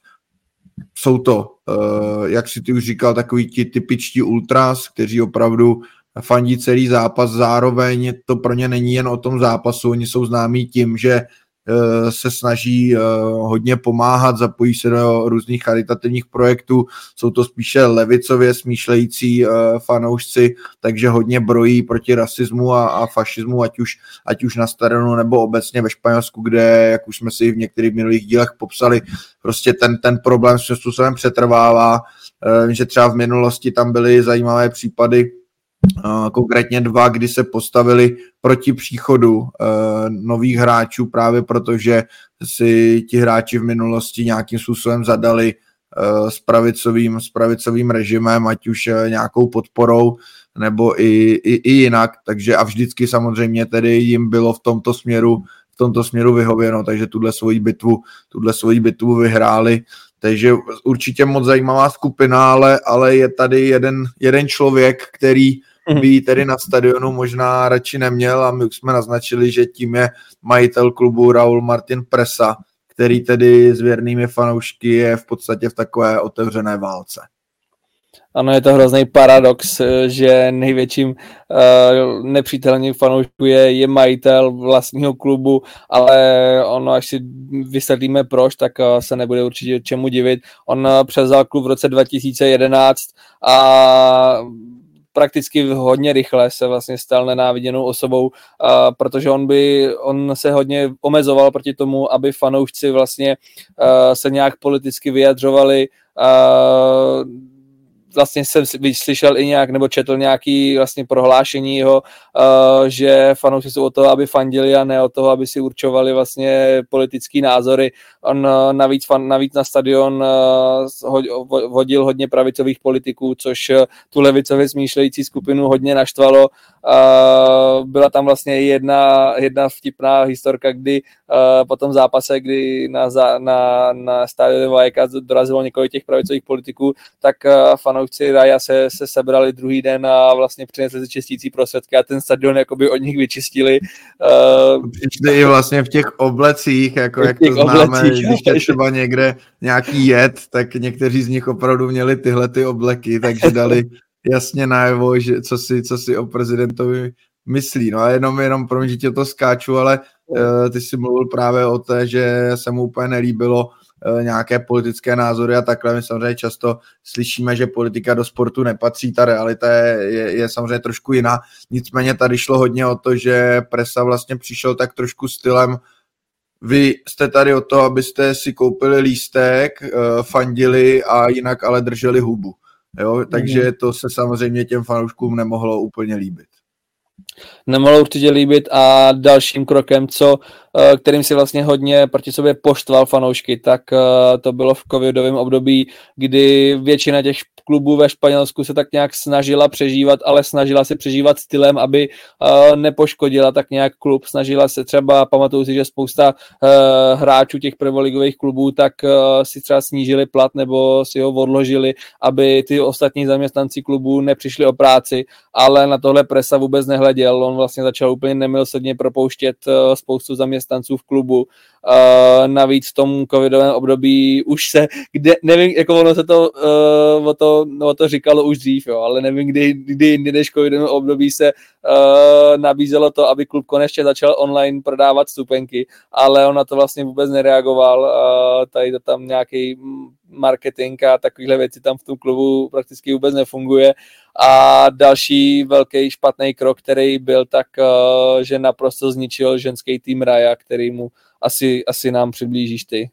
Jsou to, jak si ty už říkal, takový ti typičtí ultras, kteří opravdu fandí celý zápas, zároveň to pro ně není jen o tom zápasu, oni jsou známí tím, že se snaží hodně pomáhat, zapojí se do různých charitativních projektů, jsou to spíše levicově smýšlející fanoušci, takže hodně brojí proti rasismu a, a fašismu, ať už, ať už na stadionu nebo obecně ve Španělsku, kde, jak už jsme si v některých minulých dílech popsali, prostě ten, ten problém svým způsobem přetrvává. Vím, že třeba v minulosti tam byly zajímavé případy, konkrétně dva, kdy se postavili proti příchodu uh, nových hráčů právě protože si ti hráči v minulosti nějakým způsobem zadali uh, s pravicovým, s pravicovým režimem, ať už uh, nějakou podporou nebo i, i, i jinak, takže a vždycky samozřejmě tedy jim bylo v tomto směru, v tomto směru vyhověno, takže tuhle svoji bitvu, tuhle svoji bitvu vyhráli. Takže určitě moc zajímavá skupina, ale, ale je tady jeden, jeden člověk, který by ji tedy na stadionu možná radši neměl a my už jsme naznačili, že tím je majitel klubu Raúl Martín Presa, který tedy s věrnými fanoušky je v podstatě v takové otevřené válce. Ano, je to hrozný paradox, že největším uh, nepřítelným fanoušků je, je majitel vlastního klubu, ale ono, až si vysvětlíme proč, tak uh, se nebude určitě čemu divit. On uh, převzal klub v roce dva tisíce jedenáct a prakticky hodně rychle se vlastně stal nenáviděnou osobou, uh, protože on by, on se hodně omezoval proti tomu, aby fanoušci vlastně uh, se nějak politicky vyjadřovali. Uh, vlastně jsem slyšel i nějak, nebo četl nějaký vlastně prohlášení jeho, uh, že fanoušci jsou o toho, aby fandili a ne o toho, aby si určovali vlastně politický názory. On uh, navíc, fan, navíc na stadion uh, hodil hodně pravicových politiků, což uh, tu levicově smýšlející skupinu hodně naštvalo. Uh, byla tam vlastně jedna, jedna vtipná historka, kdy uh, po tom zápase, kdy na, na, na stadionu Vallecas dorazilo několik těch pravicových politiků, tak uh, fanoušci Raja se, se sebrali druhý den a vlastně přinesli čistící prostředky a ten stadion jakoby od nich vyčistili. Uh, Přišli i vlastně v těch oblecích, jako jak to známe, oblecích, když je třeba někde nějaký jed, tak někteří z nich opravdu měli tyhle ty obleky, takže dali jasně najevo, že co si, co si o prezidentovi myslí. No a jenom, jenom pro mě, že tě to skáču, ale uh, ty jsi mluvil právě o té, že se mu úplně nelíbilo uh, nějaké politické názory a takhle. My samozřejmě často slyšíme, že politika do sportu nepatří, ta realita je, je, je samozřejmě trošku jiná. Nicméně tady šlo hodně o to, že Presa vlastně přišel tak trošku stylem: vy jste tady o to, abyste si koupili lístek, uh, fandili a jinak ale drželi hubu. Jo, takže to se samozřejmě těm fanouškům nemohlo úplně líbit. Nemohlo určitě líbit a dalším krokem, co, kterým si vlastně hodně proti sobě poštval fanoušky, tak to bylo v covidovém období, kdy většina těch klubů ve Španělsku se tak nějak snažila přežívat, ale snažila se přežívat stylem, aby nepoškodila tak nějak klub. Snažila se třeba, pamatuju si, že spousta hráčů těch prvoligových klubů tak si třeba snížili plat nebo si ho odložili, aby ty ostatní zaměstnanci klubů nepřišli o práci, ale na tohle Presa vůbec nehleděl. On vlastně začal úplně nemilosrdně propouštět spoustu zaměstnanců v klubu. Uh, navíc v tom covidovém období už se, kde, nevím, jako ono se to, uh, o, to o to říkalo už dřív, jo, ale nevím, kdy, kdy jindy než covidovém období se uh, nabízelo to, aby klub konečně začal online prodávat vstupenky, ale on na to vlastně vůbec nereagoval. Uh, tady to tam nějaký marketing a takovéhle věci tam v tom klubu prakticky vůbec nefunguje. A další velký špatný krok, který byl, tak uh, že naprosto zničil ženský tým Raja, který mu asi, asi nám přiblížíš ty.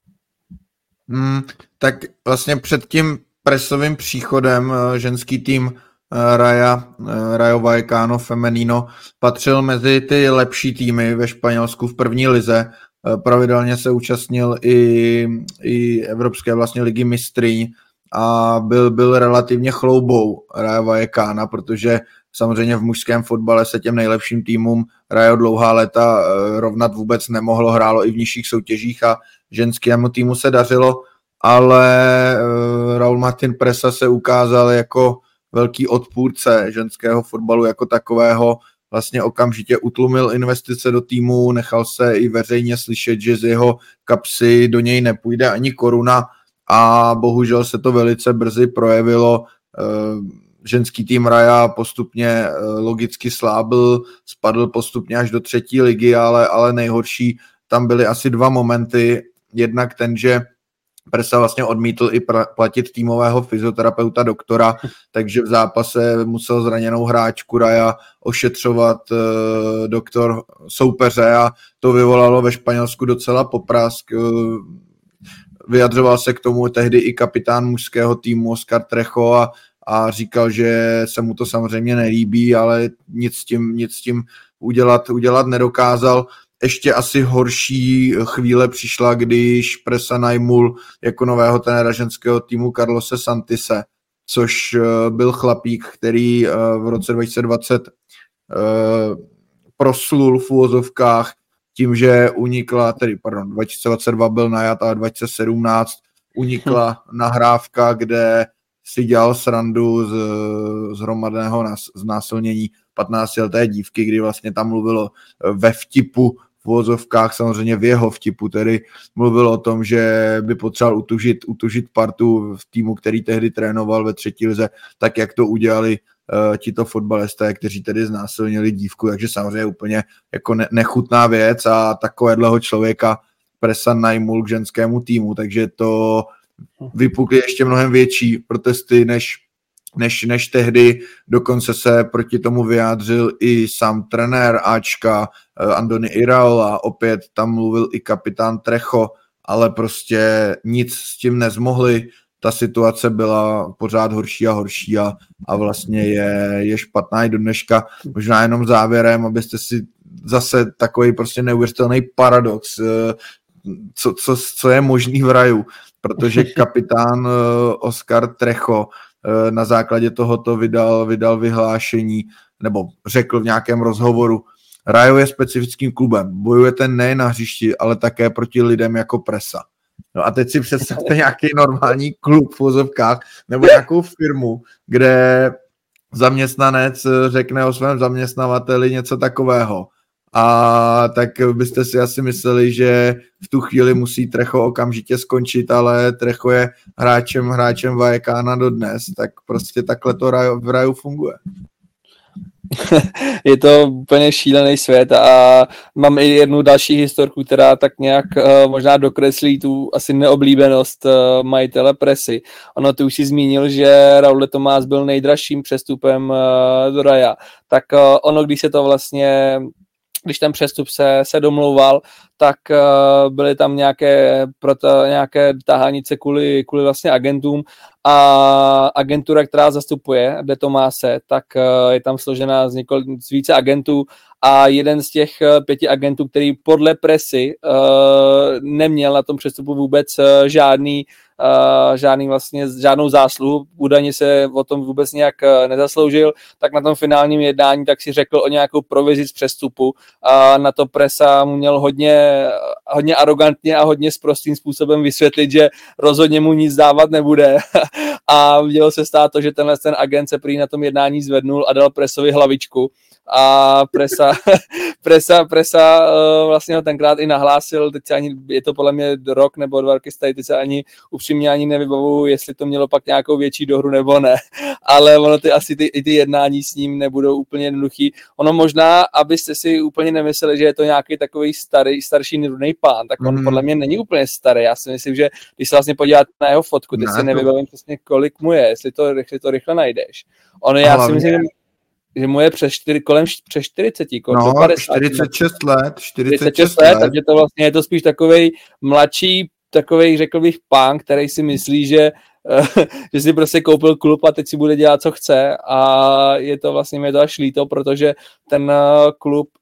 Hmm, tak vlastně před tím Presovým příchodem uh, ženský tým uh, Raja, uh, Rayo Vallecano Femenino patřil mezi ty lepší týmy ve Španělsku v první lize. pravidelně se účastnil i, i Evropské vlastně ligy mistryň a byl, byl relativně chloubou Raja Vallecana, protože samozřejmě v mužském fotbale se těm nejlepším týmům Rajo dlouhá léta rovnat vůbec nemohlo, hrálo i v nižších soutěžích a ženskému týmu se dařilo, ale Raúl Martín Presa se ukázal jako velký odpůrce ženského fotbalu jako takového, vlastně okamžitě utlumil investice do týmu, nechal se i veřejně slyšet, že z jeho kapsy do něj nepůjde ani koruna a bohužel se to velice brzy projevilo. Ženský tým Raja postupně logicky slábil, spadl postupně až do třetí ligy, ale, ale nejhorší tam byly asi dva momenty. Jednak ten, že Presa vlastně odmítl i platit týmového fyzioterapeuta doktora, takže v zápase musel zraněnou hráčku Raja ošetřovat uh, doktor soupeře a to vyvolalo ve Španělsku docela poprask. Uh, vyjadřoval se k tomu tehdy i kapitán mužského týmu Oscar Trejo a, a říkal, že se mu to samozřejmě nelíbí, ale nic s tím, nic s tím udělat, udělat nedokázal. Ještě asi horší chvíle přišla, když Presa najmul jako nového trenéra ženského týmu Carlose Santise, což byl chlapík, který v roce dva tisíce dvacet proslul v uvozovkách tím, že unikla, tedy pardon, dva tisíce dvacet dva byl najat, ale dva tisíce sedmnáct unikla nahrávka, kde si dělal srandu z, z hromadného znásilnění patnáctileté dívky, kdy vlastně tam mluvilo ve vtipu v uvozovkách, samozřejmě v jeho vtipu, tedy mluvil o tom, že by potřeboval utužit, utužit partu v týmu, který tehdy trénoval ve třetí lize, tak jak to udělali uh, tito fotbalisté, kteří tedy znásilnili dívku, takže samozřejmě úplně jako ne, nechutná věc a takovéhleho člověka Presa najmul k ženskému týmu, takže to vypukly ještě mnohem větší protesty než Než, než tehdy, dokonce se proti tomu vyjádřil i sám trenér Ačka, Andoni Iraola, opět tam mluvil i kapitán Trejo, ale prostě nic s tím nezmohli, ta situace byla pořád horší a horší a, a vlastně je, je špatná i do dneška. Možná jenom závěrem, abyste si zase takový prostě neuvěřitelný paradox, co, co, co je možný v Raju, protože kapitán Oscar Trejo na základě tohoto vydal, vydal vyhlášení, nebo řekl v nějakém rozhovoru, Rajo je specifickým klubem, bojujete nejen na hřišti, ale také proti lidem jako Presa. No a teď si představte nějaký normální klub v vozovkách, nebo nějakou firmu, kde zaměstnanec řekne o svém zaměstnavateli něco takového. A tak byste si asi mysleli, že v tu chvíli musí Trejo okamžitě skončit, ale Trejo je hráčem, hráčem Vallecana dodnes, tak prostě takhle to v Raju funguje. Je to úplně šílený svět a mám i jednu další historku, která tak nějak uh, možná dokreslí tu asi neoblíbenost uh, majitele Presy. Ono, ty už si zmínil, že Raúl de Tomás byl nejdražším přestupem uh, do Raja. Tak uh, ono, když se to vlastně když ten přestup se, se domlouval, tak uh, byly tam nějaké, proto, nějaké tahanice kvůli, kvůli vlastně agentům a agentura, která zastupuje de Tomáse, tak uh, je tam složena z, několik, z více agentů a jeden z těch uh, pěti agentů, který podle Presy uh, neměl na tom přestupu vůbec uh, žádný Uh, žádný vlastně, žádnou zásluhu, údajně se o tom vůbec nějak uh, nezasloužil, tak na tom finálním jednání tak si řekl o nějakou provizi z přestupu a na to Presa mu měl hodně, hodně arrogantně a hodně sprostým způsobem vysvětlit, že rozhodně mu nic dávat nebude a mělo se stát to, že tenhle ten agent se prý na tom jednání zvednul a dal Presovi hlavičku a Presa, Presa, Presa uh, vlastně ho tenkrát i nahlásil, teď se ani, je to podle mě rok nebo dva roky starý, teď se ani upřímně ani nevybavuju, jestli to mělo pak nějakou větší dohru nebo ne, ale ono ty asi ty, i ty jednání s ním nebudou úplně jednoduchý. Ono možná, abyste si úplně nemysleli, že je to nějaký takový starý, starší nudný pán, tak on mm. podle mě není úplně starý. Já si myslím, že když se vlastně podíváte na jeho fotku, teď si nevybavím přesně, kolik mu je, jestli to, jestli to rychle najdeš. On, já si myslím, že mu je přes čtyři, kolem přes čtyřicet, kolem no, padesát, čtyřicet šest let, čtyřicet šest let, let, takže to vlastně je to spíš takovej mladší, takovej, řekl bych, pán, který si myslí, že, že si prostě koupil klub a teď si bude dělat, co chce a je to vlastně, mě to až líto, protože ten klub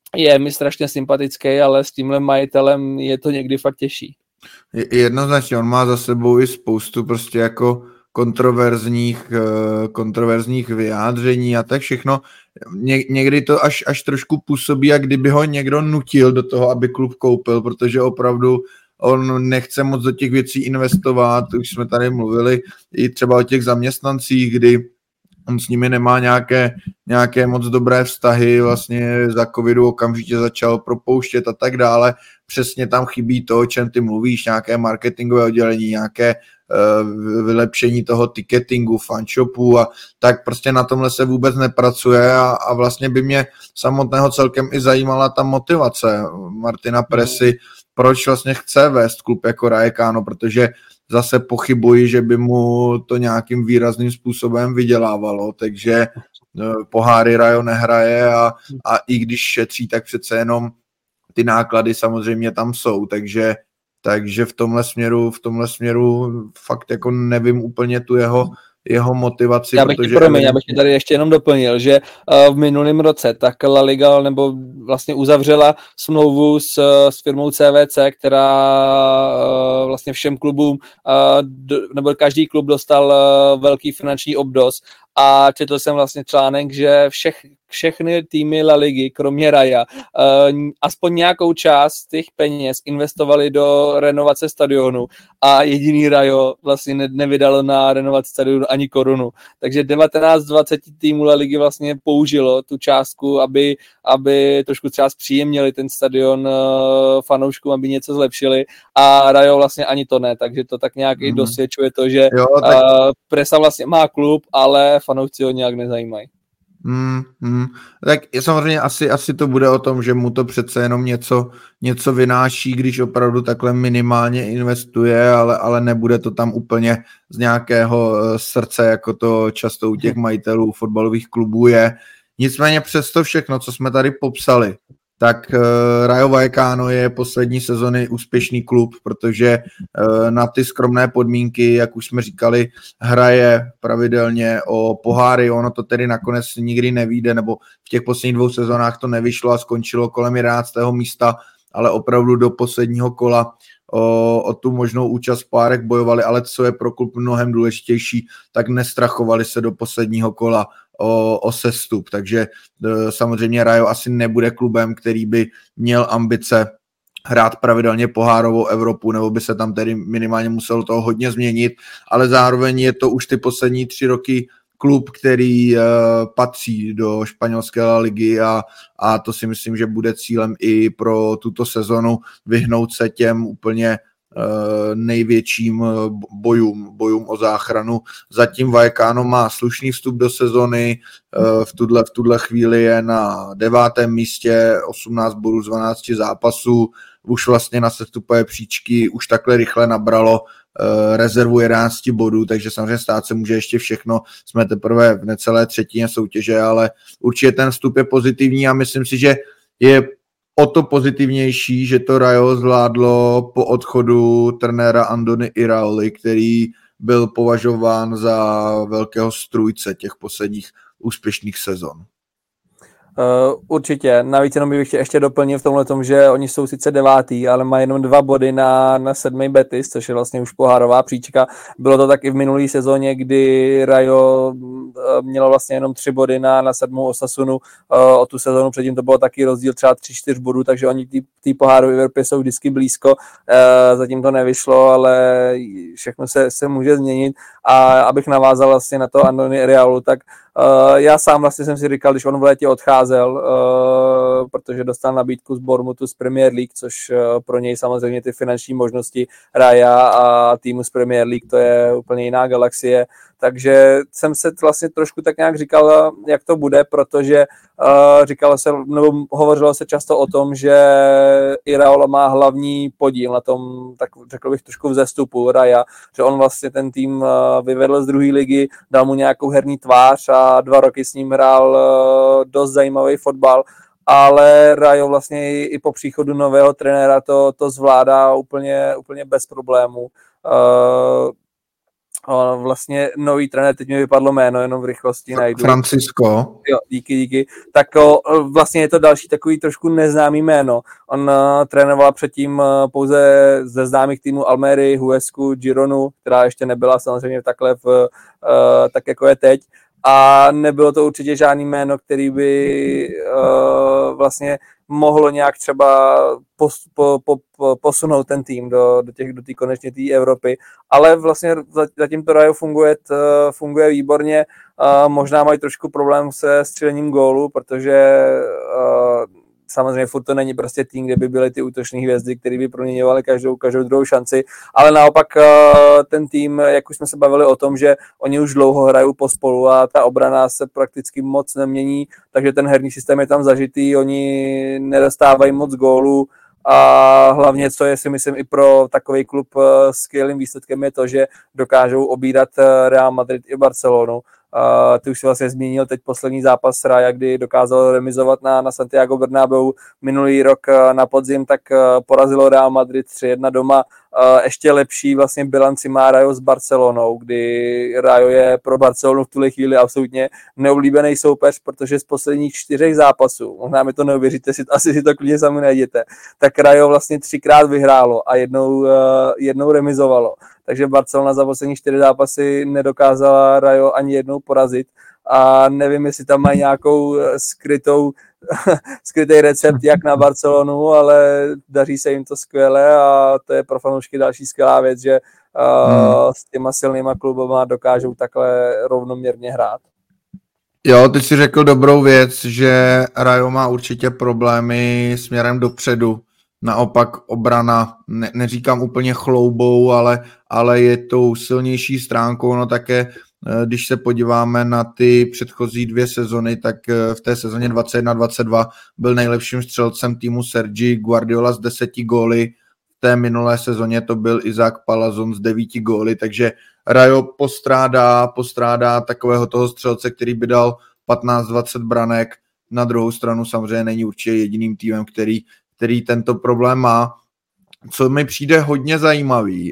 je mi strašně sympatický, ale s tímhle majitelem je to někdy fakt těžší. Jednoznačně, on má za sebou i spoustu prostě jako kontroverzních, kontroverzních vyjádření a tak všechno. Ně, někdy to až, až trošku působí, jak kdyby ho někdo nutil do toho, aby klub koupil, protože opravdu on nechce moc do těch věcí investovat, už jsme tady mluvili i třeba o těch zaměstnancích, kdy on s nimi nemá nějaké, nějaké moc dobré vztahy, vlastně za covidu okamžitě začal propouštět a tak dále. Přesně tam chybí to, o čem ty mluvíš, nějaké marketingové oddělení, nějaké uh, vylepšení toho ticketingu, fanshopu a tak prostě na tomhle se vůbec nepracuje a, a vlastně by mě samotného celkem i zajímala ta motivace Martina Pressy, proč vlastně chce vést klub jako Rijeka, protože zase pochybuji, že by mu to nějakým výrazným způsobem vydělávalo, takže poháry Rajo nehraje a, a i když šetří, tak přece jenom ty náklady samozřejmě tam jsou, takže, takže v tomhle směru, v tomhle směru fakt jako nevím úplně tu jeho jeho motivaci. Já bych protože ti promiň, já bych ti tady ještě jenom doplnil, že v minulém roce tak La Liga nebo vlastně uzavřela smlouvu s, s firmou C V C, která vlastně všem klubům, nebo každý klub dostal velký finanční obnos a četl jsem vlastně článek, že všech, všechny týmy La Ligy, kromě Raja, aspoň nějakou část těch peněz investovali do renovace stadionu a jediný Rajo vlastně nevydal na renovaci stadionu ani korunu. Takže devatenáct dvacet týmů La Ligy vlastně použilo tu částku, aby, aby trošku třeba zpříjemnili ten stadion fanouškům, aby něco zlepšili a Rajo vlastně ani to ne, takže to tak nějak mm. i dosvědčuje to, že jo, tak... Presa vlastně má klub, ale fanoušci ho nějak nezajímají. Mm, mm. Tak samozřejmě asi, asi to bude o tom, že mu to přece jenom něco, něco vynáší, když opravdu takhle minimálně investuje, ale, ale nebude to tam úplně z nějakého srdce, jako to často u těch majitelů fotbalových klubů je. Nicméně přes to všechno, co jsme tady popsali, tak uh, Rayo Vallecano je poslední sezony úspěšný klub, protože uh, na ty skromné podmínky, jak už jsme říkali, hraje pravidelně o poháry, ono to tedy nakonec nikdy nevyjde, nebo v těch posledních dvou sezónách to nevyšlo a skončilo kolem jedenáctého místa, ale opravdu do posledního kola o, o tu možnou účast párek bojovali, ale co je pro klub mnohem důležitější, tak nestrachovali se do posledního kola O, o sestup, takže e, samozřejmě Rayo asi nebude klubem, který by měl ambice hrát pravidelně pohárovou Evropu, nebo by se tam tedy minimálně muselo toho hodně změnit, ale zároveň je to už ty poslední tři roky klub, který e, patří do španělské La ligy a, a to si myslím, že bude cílem i pro tuto sezonu vyhnout se těm úplně největším bojům, bojům o záchranu. Zatím Vallecano má slušný vstup do sezony, v tuhle, v tuhle chvíli je na devátém místě, osmnáct bodů z dvanácti zápasů, už vlastně na sestupové příčky už takhle rychle nabralo rezervu jedenáct bodů, takže samozřejmě stát se může ještě všechno, jsme teprve v necelé třetině soutěže, ale určitě ten vstup je pozitivní a myslím si, že je o to pozitivnější, že to Rayo zvládlo po odchodu trenéra Andoni Iraoli, který byl považován za velkého strůjce těch posledních úspěšných sezon. Uh, určitě. Navíc jenom bych ještě doplnil v tomhle tom, že oni jsou sice devátý, ale mají jenom dva body na, na sedmý Betis, což je vlastně už pohárová příčka. Bylo to tak i v minulý sezóně, kdy Rayo uh, mělo vlastně jenom tři body na, na sedmou Osasunu. Uh, o tu sezónu předtím to bylo taky rozdíl třeba tři čtyři bodů, takže oni ty pohárové Evropy jsou vždycky blízko. Uh, zatím to nevyšlo, ale všechno se, se může změnit. A abych navázal vlastně na to Andoni Iraolu, tak Uh, já sám vlastně jsem si říkal, když on v létě odcházel, uh, protože dostal nabídku z Bournemouthu z Premier League, což uh, pro něj samozřejmě ty finanční možnosti Raya a týmu z Premier League, to je úplně jiná galaxie, takže jsem se vlastně trošku tak nějak říkal, jak to bude, protože uh, říkalo se, nebo hovořilo se často o tom, že Iraola má hlavní podíl na tom, tak řekl bych trošku vzestupu Raya, že on vlastně ten tým uh, vyvedl z druhé ligy, dal mu nějakou herní tvář a dva roky s ním hrál uh, dost zajímavý fotbal, ale Rayo vlastně i, i po příchodu nového trenéra to, to zvládá úplně, úplně bez problémů. Uh, O, vlastně nový trenér, teď mi vypadlo jméno, jenom v rychlosti najdu. Francisco. Jo, díky, díky. Tak o, vlastně je to další takový trošku neznámý jméno. On uh, trénoval předtím uh, pouze ze známých týmů Almerii, Huesku, Gironu, která ještě nebyla samozřejmě takhle v, uh, tak jako je teď. A nebylo to určitě žádný jméno, který by uh, vlastně mohlo nějak třeba pos, po, po, po, posunout ten tým do, do těch do té konečně té Evropy, ale vlastně zatím to Rayo funguje, t, funguje výborně, uh, možná mají trošku problém se střelením gólu, protože uh, samozřejmě furt to není prostě tým, kde by byly ty útoční hvězdy, které by proměňovaly každou, každou druhou šanci, ale naopak ten tým, jak už jsme se bavili o tom, že oni už dlouho hrajou pospolu a ta obrana se prakticky moc nemění, takže ten herní systém je tam zažitý, oni nedostávají moc gólů a hlavně, co je si myslím i pro takový klub skvělým výsledkem, je to, že dokážou obírat Real Madrid i Barcelonu. Uh, ty už si vlastně zmínil teď poslední zápas Raja, kdy dokázal remizovat na, na Santiago Bernabéu minulý rok uh, na podzim, tak uh, porazilo Real Madrid tři jedna doma. Uh, ještě lepší vlastně bilanci má Rayo s Barcelonou, kdy Rayo je pro Barcelonu v tuhle chvíli absolutně neoblíbený soupeř, protože z posledních čtyřech zápasů, možná mi to neuvěříte, si, asi si to klidně sami najděte, tak Rayo vlastně třikrát vyhrálo a jednou, uh, jednou remizovalo. Takže Barcelona za poslední čtyři zápasy nedokázala Rayo ani jednou porazit a nevím, jestli tam mají nějakou skrytou, skrytý recept jak na Barcelonu, ale daří se jim to skvěle a to je pro fanoušky další skvělá věc, že hmm. s těma silnýma klubama dokážou takhle rovnoměrně hrát. Jo, ty jsi řekl dobrou věc, že Rayo má určitě problémy směrem dopředu. Naopak obrana, ne, neříkám úplně chloubou, ale, ale je tou silnější stránkou, no také, když se podíváme na ty předchozí dvě sezony, tak v té sezóně dvacet jedna dvacet dva byl nejlepším střelcem týmu Sergi Guardiola s deseti góly, v té minulé sezóně to byl Isaac Palazon s devíti góly, takže Rayo postrádá, postrádá takového toho střelce, který by dal patnáct dvacet branek, na druhou stranu samozřejmě není určitě jediným týmem, který který tento problém má. Co mi přijde hodně zajímavý,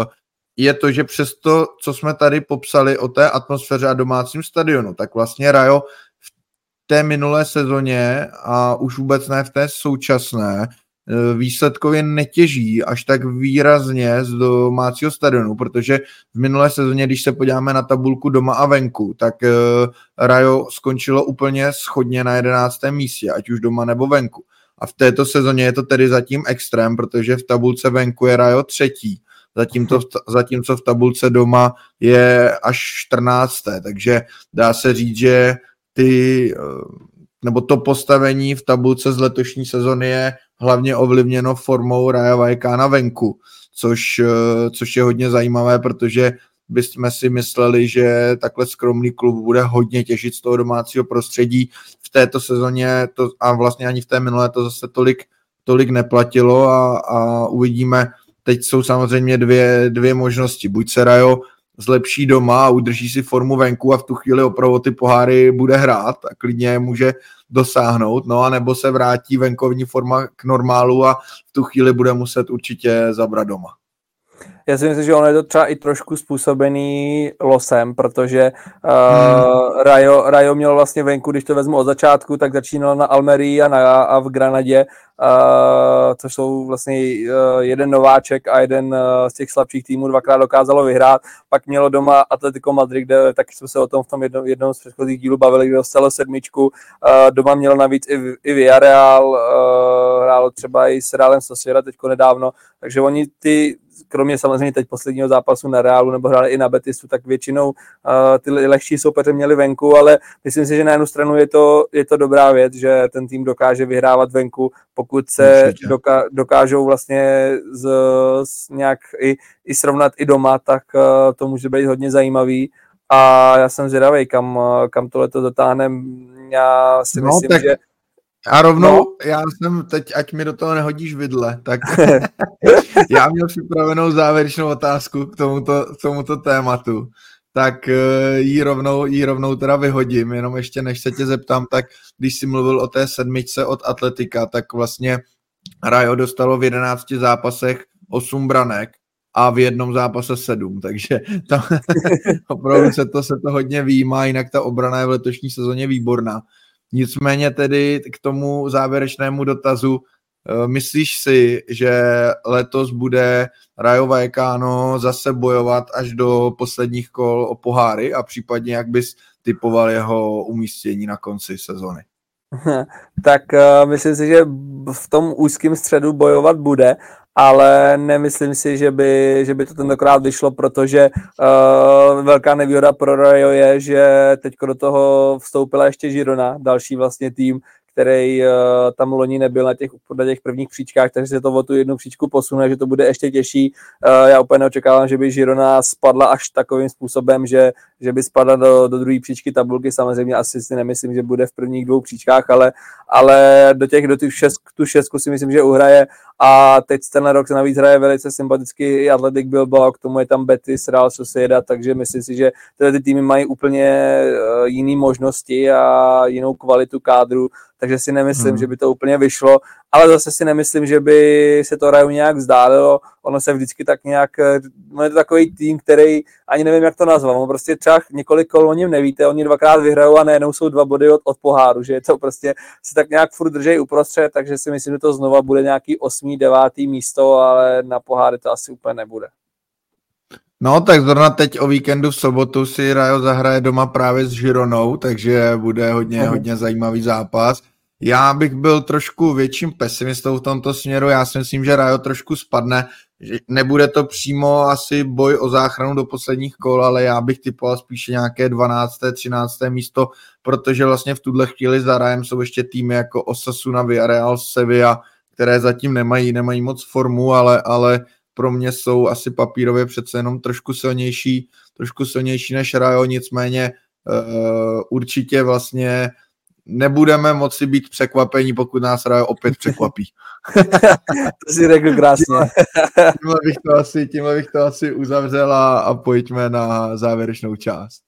je to, že přes to, co jsme tady popsali o té atmosféře a domácím stadionu, tak vlastně Rayo v té minulé sezóně a už vůbec ne v té současné výsledkově netěží až tak výrazně z domácího stadionu, protože v minulé sezóně, když se podíváme na tabulku doma a venku, tak Rayo skončilo úplně shodně na jedenáctém místě, ať už doma nebo venku. A v této sezóně je to tedy zatím extrém, protože v tabulce venku je Rayo třetí, zatímco v, zatímco v tabulce doma je až čtrnácté Takže dá se říct, že ty, nebo to postavení v tabulce z letošní sezóny je hlavně ovlivněno formou Raja Vallecana venku, což, což je hodně zajímavé, protože bychom si mysleli, že takhle skromný klub bude hodně těžit z toho domácího prostředí. V této sezóně to, a vlastně ani v té minulé to zase tolik, tolik neplatilo a, a uvidíme. Teď jsou samozřejmě dvě, dvě možnosti. Buď se Rayo zlepší doma a udrží si formu venku a v tu chvíli opravdu ty poháry bude hrát a klidně může dosáhnout, no a nebo se vrátí venkovní forma k normálu a v tu chvíli bude muset určitě zabrat doma. Já si myslím, že ono je to třeba i trošku způsobený losem, protože uh, hmm. Rayo, Rayo mělo vlastně venku, když to vezmu od začátku, tak začínalo na Almerii a, na, a v Granadě, uh, což jsou vlastně uh, jeden nováček a jeden uh, z těch slabších týmů dvakrát dokázalo vyhrát. Pak mělo doma Atletico Madrid, kde taky jsme se o tom v tom jednom, jednom z předchozích dílů bavili, kde dostalo sedmičku. Uh, doma mělo navíc i, i Villarreal, uh, hrálo třeba i s Realem Sociedad teďko nedávno, takže oni ty kromě samozřejmě teď posledního zápasu na Realu nebo hráli i na Betisu, tak většinou uh, ty lehčí soupeře měli venku, ale myslím si, že na jednu stranu je to, je to dobrá věc, že ten tým dokáže vyhrávat venku, pokud se doka- dokážou vlastně z, z nějak i, i srovnat i doma, tak uh, to může být hodně zajímavý a já jsem zvědavej, kam, kam tohleto dotáhneme. Já si no, myslím, tak... že A rovnou, no. já jsem teď, ať mi do toho nehodíš vidle, tak já měl připravenou závěrečnou otázku k tomuto, k tomuto tématu, tak jí rovnou, jí rovnou teda vyhodím, jenom ještě než se tě zeptám, tak když jsi mluvil o té sedmičce od Atletika, tak vlastně Rayo dostalo v jedenácti zápasech osm branek, a v jednom zápase sedm, takže tam opravdu se to, se to hodně výjímá, jinak ta obrana je v letošní sezóně výborná. Nicméně tedy k tomu závěrečnému dotazu, myslíš si, že letos bude Rayo Vallecano zase bojovat až do posledních kol o poháry a případně jak bys typoval jeho umístění na konci sezony? Tak uh, myslím si, že v tom úzkém středu bojovat bude, ale nemyslím si, že by, že by to tentokrát vyšlo, protože uh, velká nevýhoda pro Rayo je, že teďko do toho vstoupila ještě Girona, další vlastně tým, který uh, tam loni nebyl na těch, na těch prvních příčkách, takže se to o tu jednu příčku posune, že to bude ještě těžší. Uh, já úplně neočekávám, že by Girona spadla až takovým způsobem, že, že by spadla do, do druhé příčky tabulky. Samozřejmě asi si nemyslím, že bude v prvních dvou příčkách, ale, ale do těch, do těch šest, tu šestku si myslím, že uhraje. A teď tenhle rok se navíc hraje velice sympaticky i Athletic Bilbao, k tomu je tam Betis, Real Sociedad, takže myslím si, že tyhle ty týmy mají úplně uh, jiné možnosti a jinou kvalitu kádru, takže si nemyslím, hmm. že by to úplně vyšlo, ale zase si nemyslím, že by se to Rayo nějak vzdálilo, ono se vždycky tak nějak, no je to takový tým, který ani nevím, jak to nazvat, on prostě třeba několik kol o něm nevíte, oni dvakrát vyhrajou a najednou jsou dva body od, od poháru, že je to prostě se tak nějak furt držej uprostřed, takže si myslím, že to znova bude nějaký osmý, devátý místo, ale na poháry to asi úplně nebude. No, tak zrovna teď o víkendu v sobotu si Rayo zahraje doma právě s Gironou, takže bude hodně, uh-huh. hodně zajímavý zápas. Já bych byl trošku větším pesimistou v tomto směru, já si myslím, že Rayo trošku spadne, že nebude to přímo asi boj o záchranu do posledních kol, ale já bych typoval spíše nějaké dvanácté třinácté místo, protože vlastně v tuhle chvíli za Rayem jsou ještě týmy jako Osasuna, Villarreal, Sevilla, které zatím nemají, nemají moc formu, ale, ale pro mě jsou asi papírově přece jenom trošku silnější, trošku silnější než Rayo, nicméně uh, určitě vlastně nebudeme moci být překvapení, pokud nás Rayo opět překvapí. To si řekl krásně. tímhle, bych to asi, tímhle bych to asi uzavřel a, a pojďme na závěrečnou část.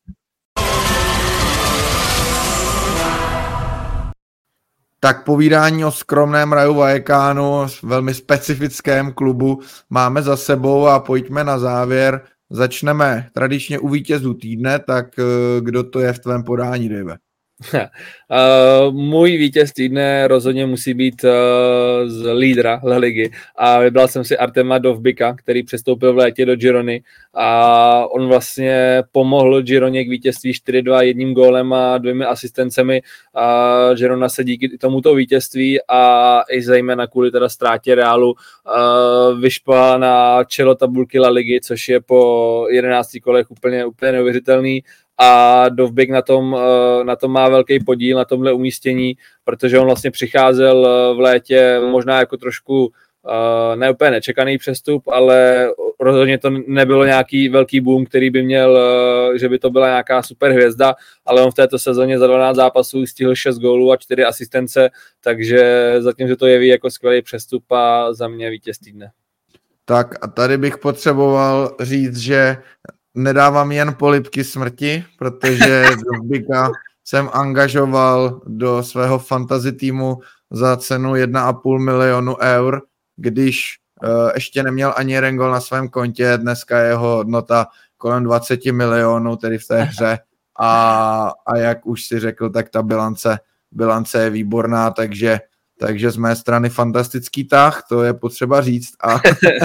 Tak povídání o skromném Rayu Vallecanu, velmi specifickém klubu, máme za sebou a pojďme na závěr. Začneme tradičně u vítězů týdne, tak kdo to je v tvém podání, Dave? Uh, můj vítěz týdne rozhodně musí být uh, z lídra La Ligy a vybral jsem si Artema Dovbika, který přestoupil v létě do Girony a on vlastně pomohl Gironě k vítězství čtyři dva jedním gólem a dvěmi asistencemi a Girona se díky tomuto vítězství a i zejména kvůli teda ztrátě Realu uh, vyšpala na čelo tabulky La Ligy, což je po jedenácti kolech úplně, úplně neuvěřitelný. A Dovbik na tom, na tom má velký podíl, na tomhle umístění, protože on vlastně přicházel v létě možná jako trošku ne úplně nečekaný přestup, ale rozhodně to nebylo nějaký velký boom, který by měl, že by to byla nějaká super hvězda, ale on v této sezóně za dvanáct zápasů stihl šest gólů a čtyři asistence, takže zatím se to jeví jako skvělý přestup a za mě vítěz týdne. Tak a tady bych potřeboval říct, že nedávám jen polibky smrti, protože Dovbika jsem angažoval do svého fantasy týmu za cenu jedna a půl milionu eur, když uh, ještě neměl ani jeden gol na svém kontě, dneska je jeho hodnota kolem dvacet milionů, tedy v té hře a, a jak už si řekl, tak ta bilance, bilance je výborná, takže Takže z mé strany fantastický tah, to je potřeba říct. A,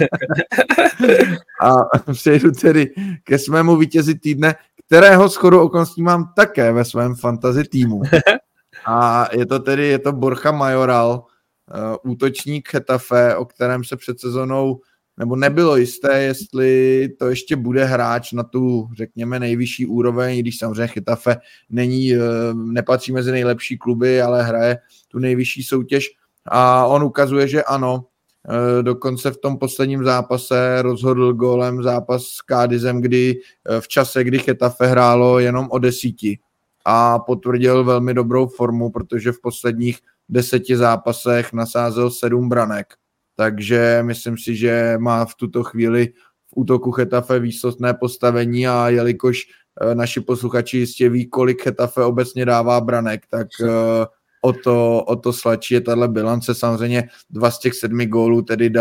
a přejdu tedy ke svému vítězi týdne, kterého shodou okolností mám také ve svém fantasy týmu. A je to tedy je to Borja Majoral, uh, útočník Getafe, o kterém se před sezonou nebo nebylo jisté, jestli to ještě bude hráč na tu, řekněme, nejvyšší úroveň, když samozřejmě Getafe není, nepatří mezi nejlepší kluby, ale hraje tu nejvyšší soutěž a on ukazuje, že ano, dokonce v tom posledním zápase rozhodl gólem zápas s Cádizem, kdy v čase, kdy Getafe hrálo jenom o desíti a potvrdil velmi dobrou formu, protože v posledních deseti zápasech nasázel sedm branek. Takže myslím si, že má v tuto chvíli v útoku Getafe výsostné postavení a jelikož naši posluchači jistě ví, kolik Getafe obecně dává branek, tak o to, o to sladší je tahle bilance. Samozřejmě dva z těch sedmi gólů tedy dal,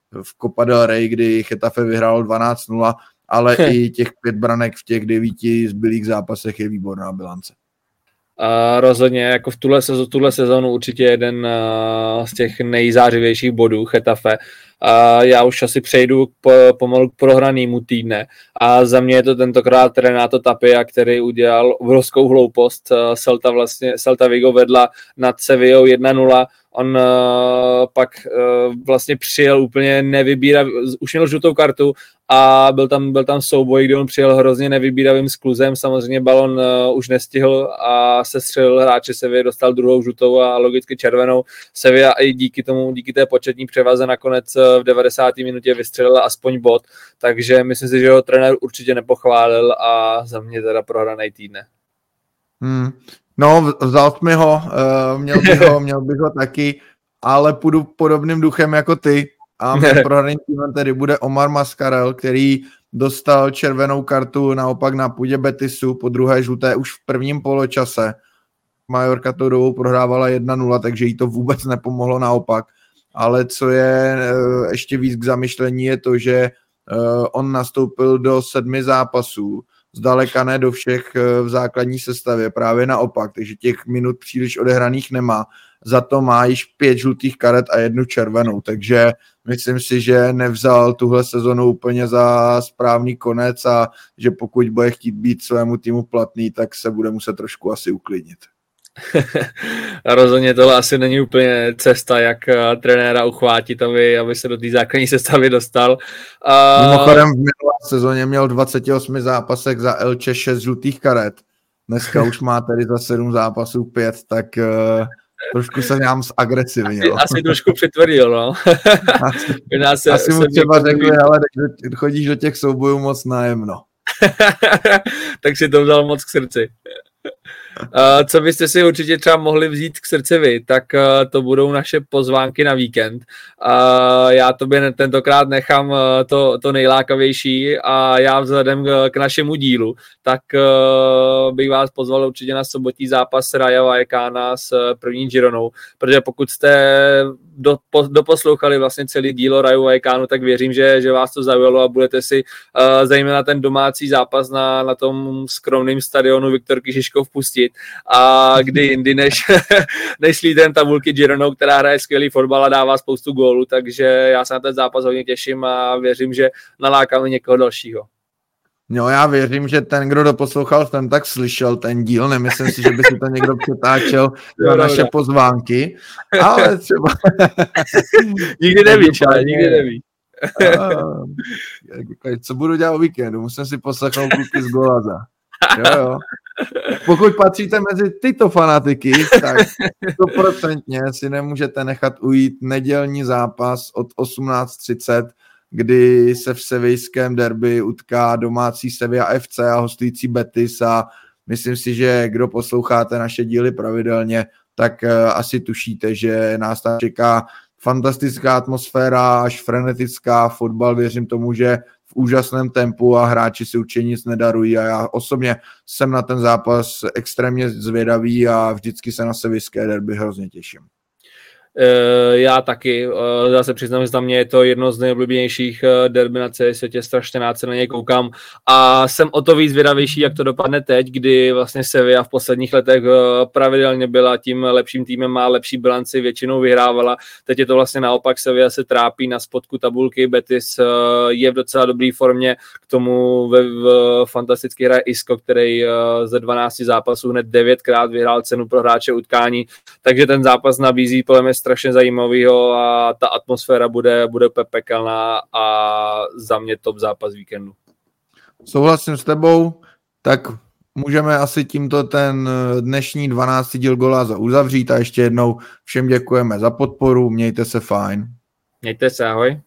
v Copa del Rey, kdy Getafe vyhrálo dvanáct nula, ale i těch pět branek v těch devíti zbylých zápasech je výborná bilance. Uh, rozhodně, jako v tuhle, sezonu, tuhle sezonu určitě jeden uh, z těch nejzářivějších bodů Getafe. Uh, já už asi přejdu po, pomalu k prohranýmu týdne a za mě je to tentokrát Renato Tapia, který udělal obrovskou hloupost. Uh, Celta, vlastně, Celta Vigo vedla nad Sevillou jedna nula. On uh, pak uh, vlastně přijel úplně nevybíravý, už měl žlutou kartu a byl tam, byl tam souboj, kdy on přijel hrozně nevybíravým skluzem, samozřejmě balon uh, už nestihl a sestřelil hráče Sevilla, dostal druhou žlutou a logicky červenou. Sevilla i díky tomu, díky té početní převaze nakonec v devadesáté minutě vystřelila aspoň bod, takže myslím si, že ho trenér určitě nepochválil a za mě teda prohranej týdne. Hmm. No, vzal mi ho, uh, měl bych ho, měl bych ho taky, ale půjdu podobným duchem jako ty a prohraným týmem tedy bude Omar Mascarell, který dostal červenou kartu naopak na půdě Betisu, po druhé žluté už v prvním poločase. Majorka tou dobou prohrávala jedna nula, takže jí to vůbec nepomohlo, naopak. Ale co je uh, ještě víc k zamyšlení je to, že uh, on nastoupil do sedmi zápasů, zdaleka ne do všech v základní sestavě, právě naopak, takže těch minut příliš odehraných nemá. Za to má již pět žlutých karet a jednu červenou, takže myslím si, že nevzal tuhle sezonu úplně za správný konec a že pokud bude chtít být svému týmu platný, tak se bude muset trošku asi uklidnit. A rozhodně tohle asi není úplně cesta, jak uh, trenéra uchvátit, aby, aby se do té základní sestavy dostal. Uh... Mimochodem v minulé sezóně měl v dvaceti osmi zápasech za Elche šest žlutých karet. Dneska už má tedy za sedm zápasů pět, tak uh, trošku se nám zagresivnil. Asi, asi trošku přitvrdil, no. Asi, se, asi mu třeba řekli, ale chodíš do těch soubojů moc najemno. Tak si to vzal moc k srdci. Uh, co byste si určitě třeba mohli vzít k srdci vy, tak uh, to budou naše pozvánky na víkend. Uh, já tobě tentokrát nechám uh, to, to nejlákavější a já vzhledem k, k našemu dílu, tak uh, bych vás pozval určitě na sobotní zápas Raja Vallecana s uh, první Gironou, protože pokud jste do, po, doposlouchali vlastně celý díl o Raju Vallecanu, tak věřím, že, že vás to zaujalo a budete si uh, zejména ten domácí zápas na, na tom skromném stadionu Viktor Kyžiškov pustit a kdy jindy než, než slídem tabulky Gironou, která hraje skvělý fotbal a dává spoustu gólů, takže já se na ten zápas hodně těším a věřím, že nalákáme někoho dalšího. No já věřím, že ten, kdo doposlouchal, ten tak slyšel ten díl, nemyslím si, že by si to někdo přetáčel na naše pozvánky, ale třeba... nikdy nevíš, ale nikdy nevíš. Co budu dělat o víkendu? Musím si poslechnout kluky z Golaza. Jo, jo. Pokud patříte mezi tyto fanatiky, tak stoprocentně si nemůžete nechat ujít nedělní zápas od osmnáct třicet, kdy se v sevijském derby utká domácí Sevilla F C a hostující Betis a myslím si, že kdo posloucháte naše díly pravidelně, tak asi tušíte, že nás tam čeká fantastická atmosféra, až frenetická, fotbal, věřím tomu, že v úžasném tempu a hráči si určitě nic nedarují a já osobně jsem na ten zápas extrémně zvědavý a vždycky se na sevijské derby hrozně těším. Já taky, zase přiznám, že za mě je to jedno z nejoblíbenějších derby na celé světě, strašně rád se na něj koukám a jsem o to víc zvědavější, jak to dopadne teď, kdy vlastně Sevilla v posledních letech pravidelně byla tím lepším týmem, má lepší bilanci, většinou vyhrávala, teď je to vlastně naopak, Sevilla se trápí na spodku tabulky, Betis je v docela dobré formě, k tomu ve, v fantasticky hraje Isco, který ze dvanácti zápasů hned devětkrát vyhrál cenu pro hráče utkání, takže ten zápas nabízí podle mě strašně zajímavýho a ta atmosféra bude, bude pekelná a za mě top zápas víkendu. Souhlasím s tebou, tak můžeme asi tímto ten dnešní dvanáctý díl Goláza uzavřít a ještě jednou všem děkujeme za podporu, mějte se fajn. Mějte se, ahoj.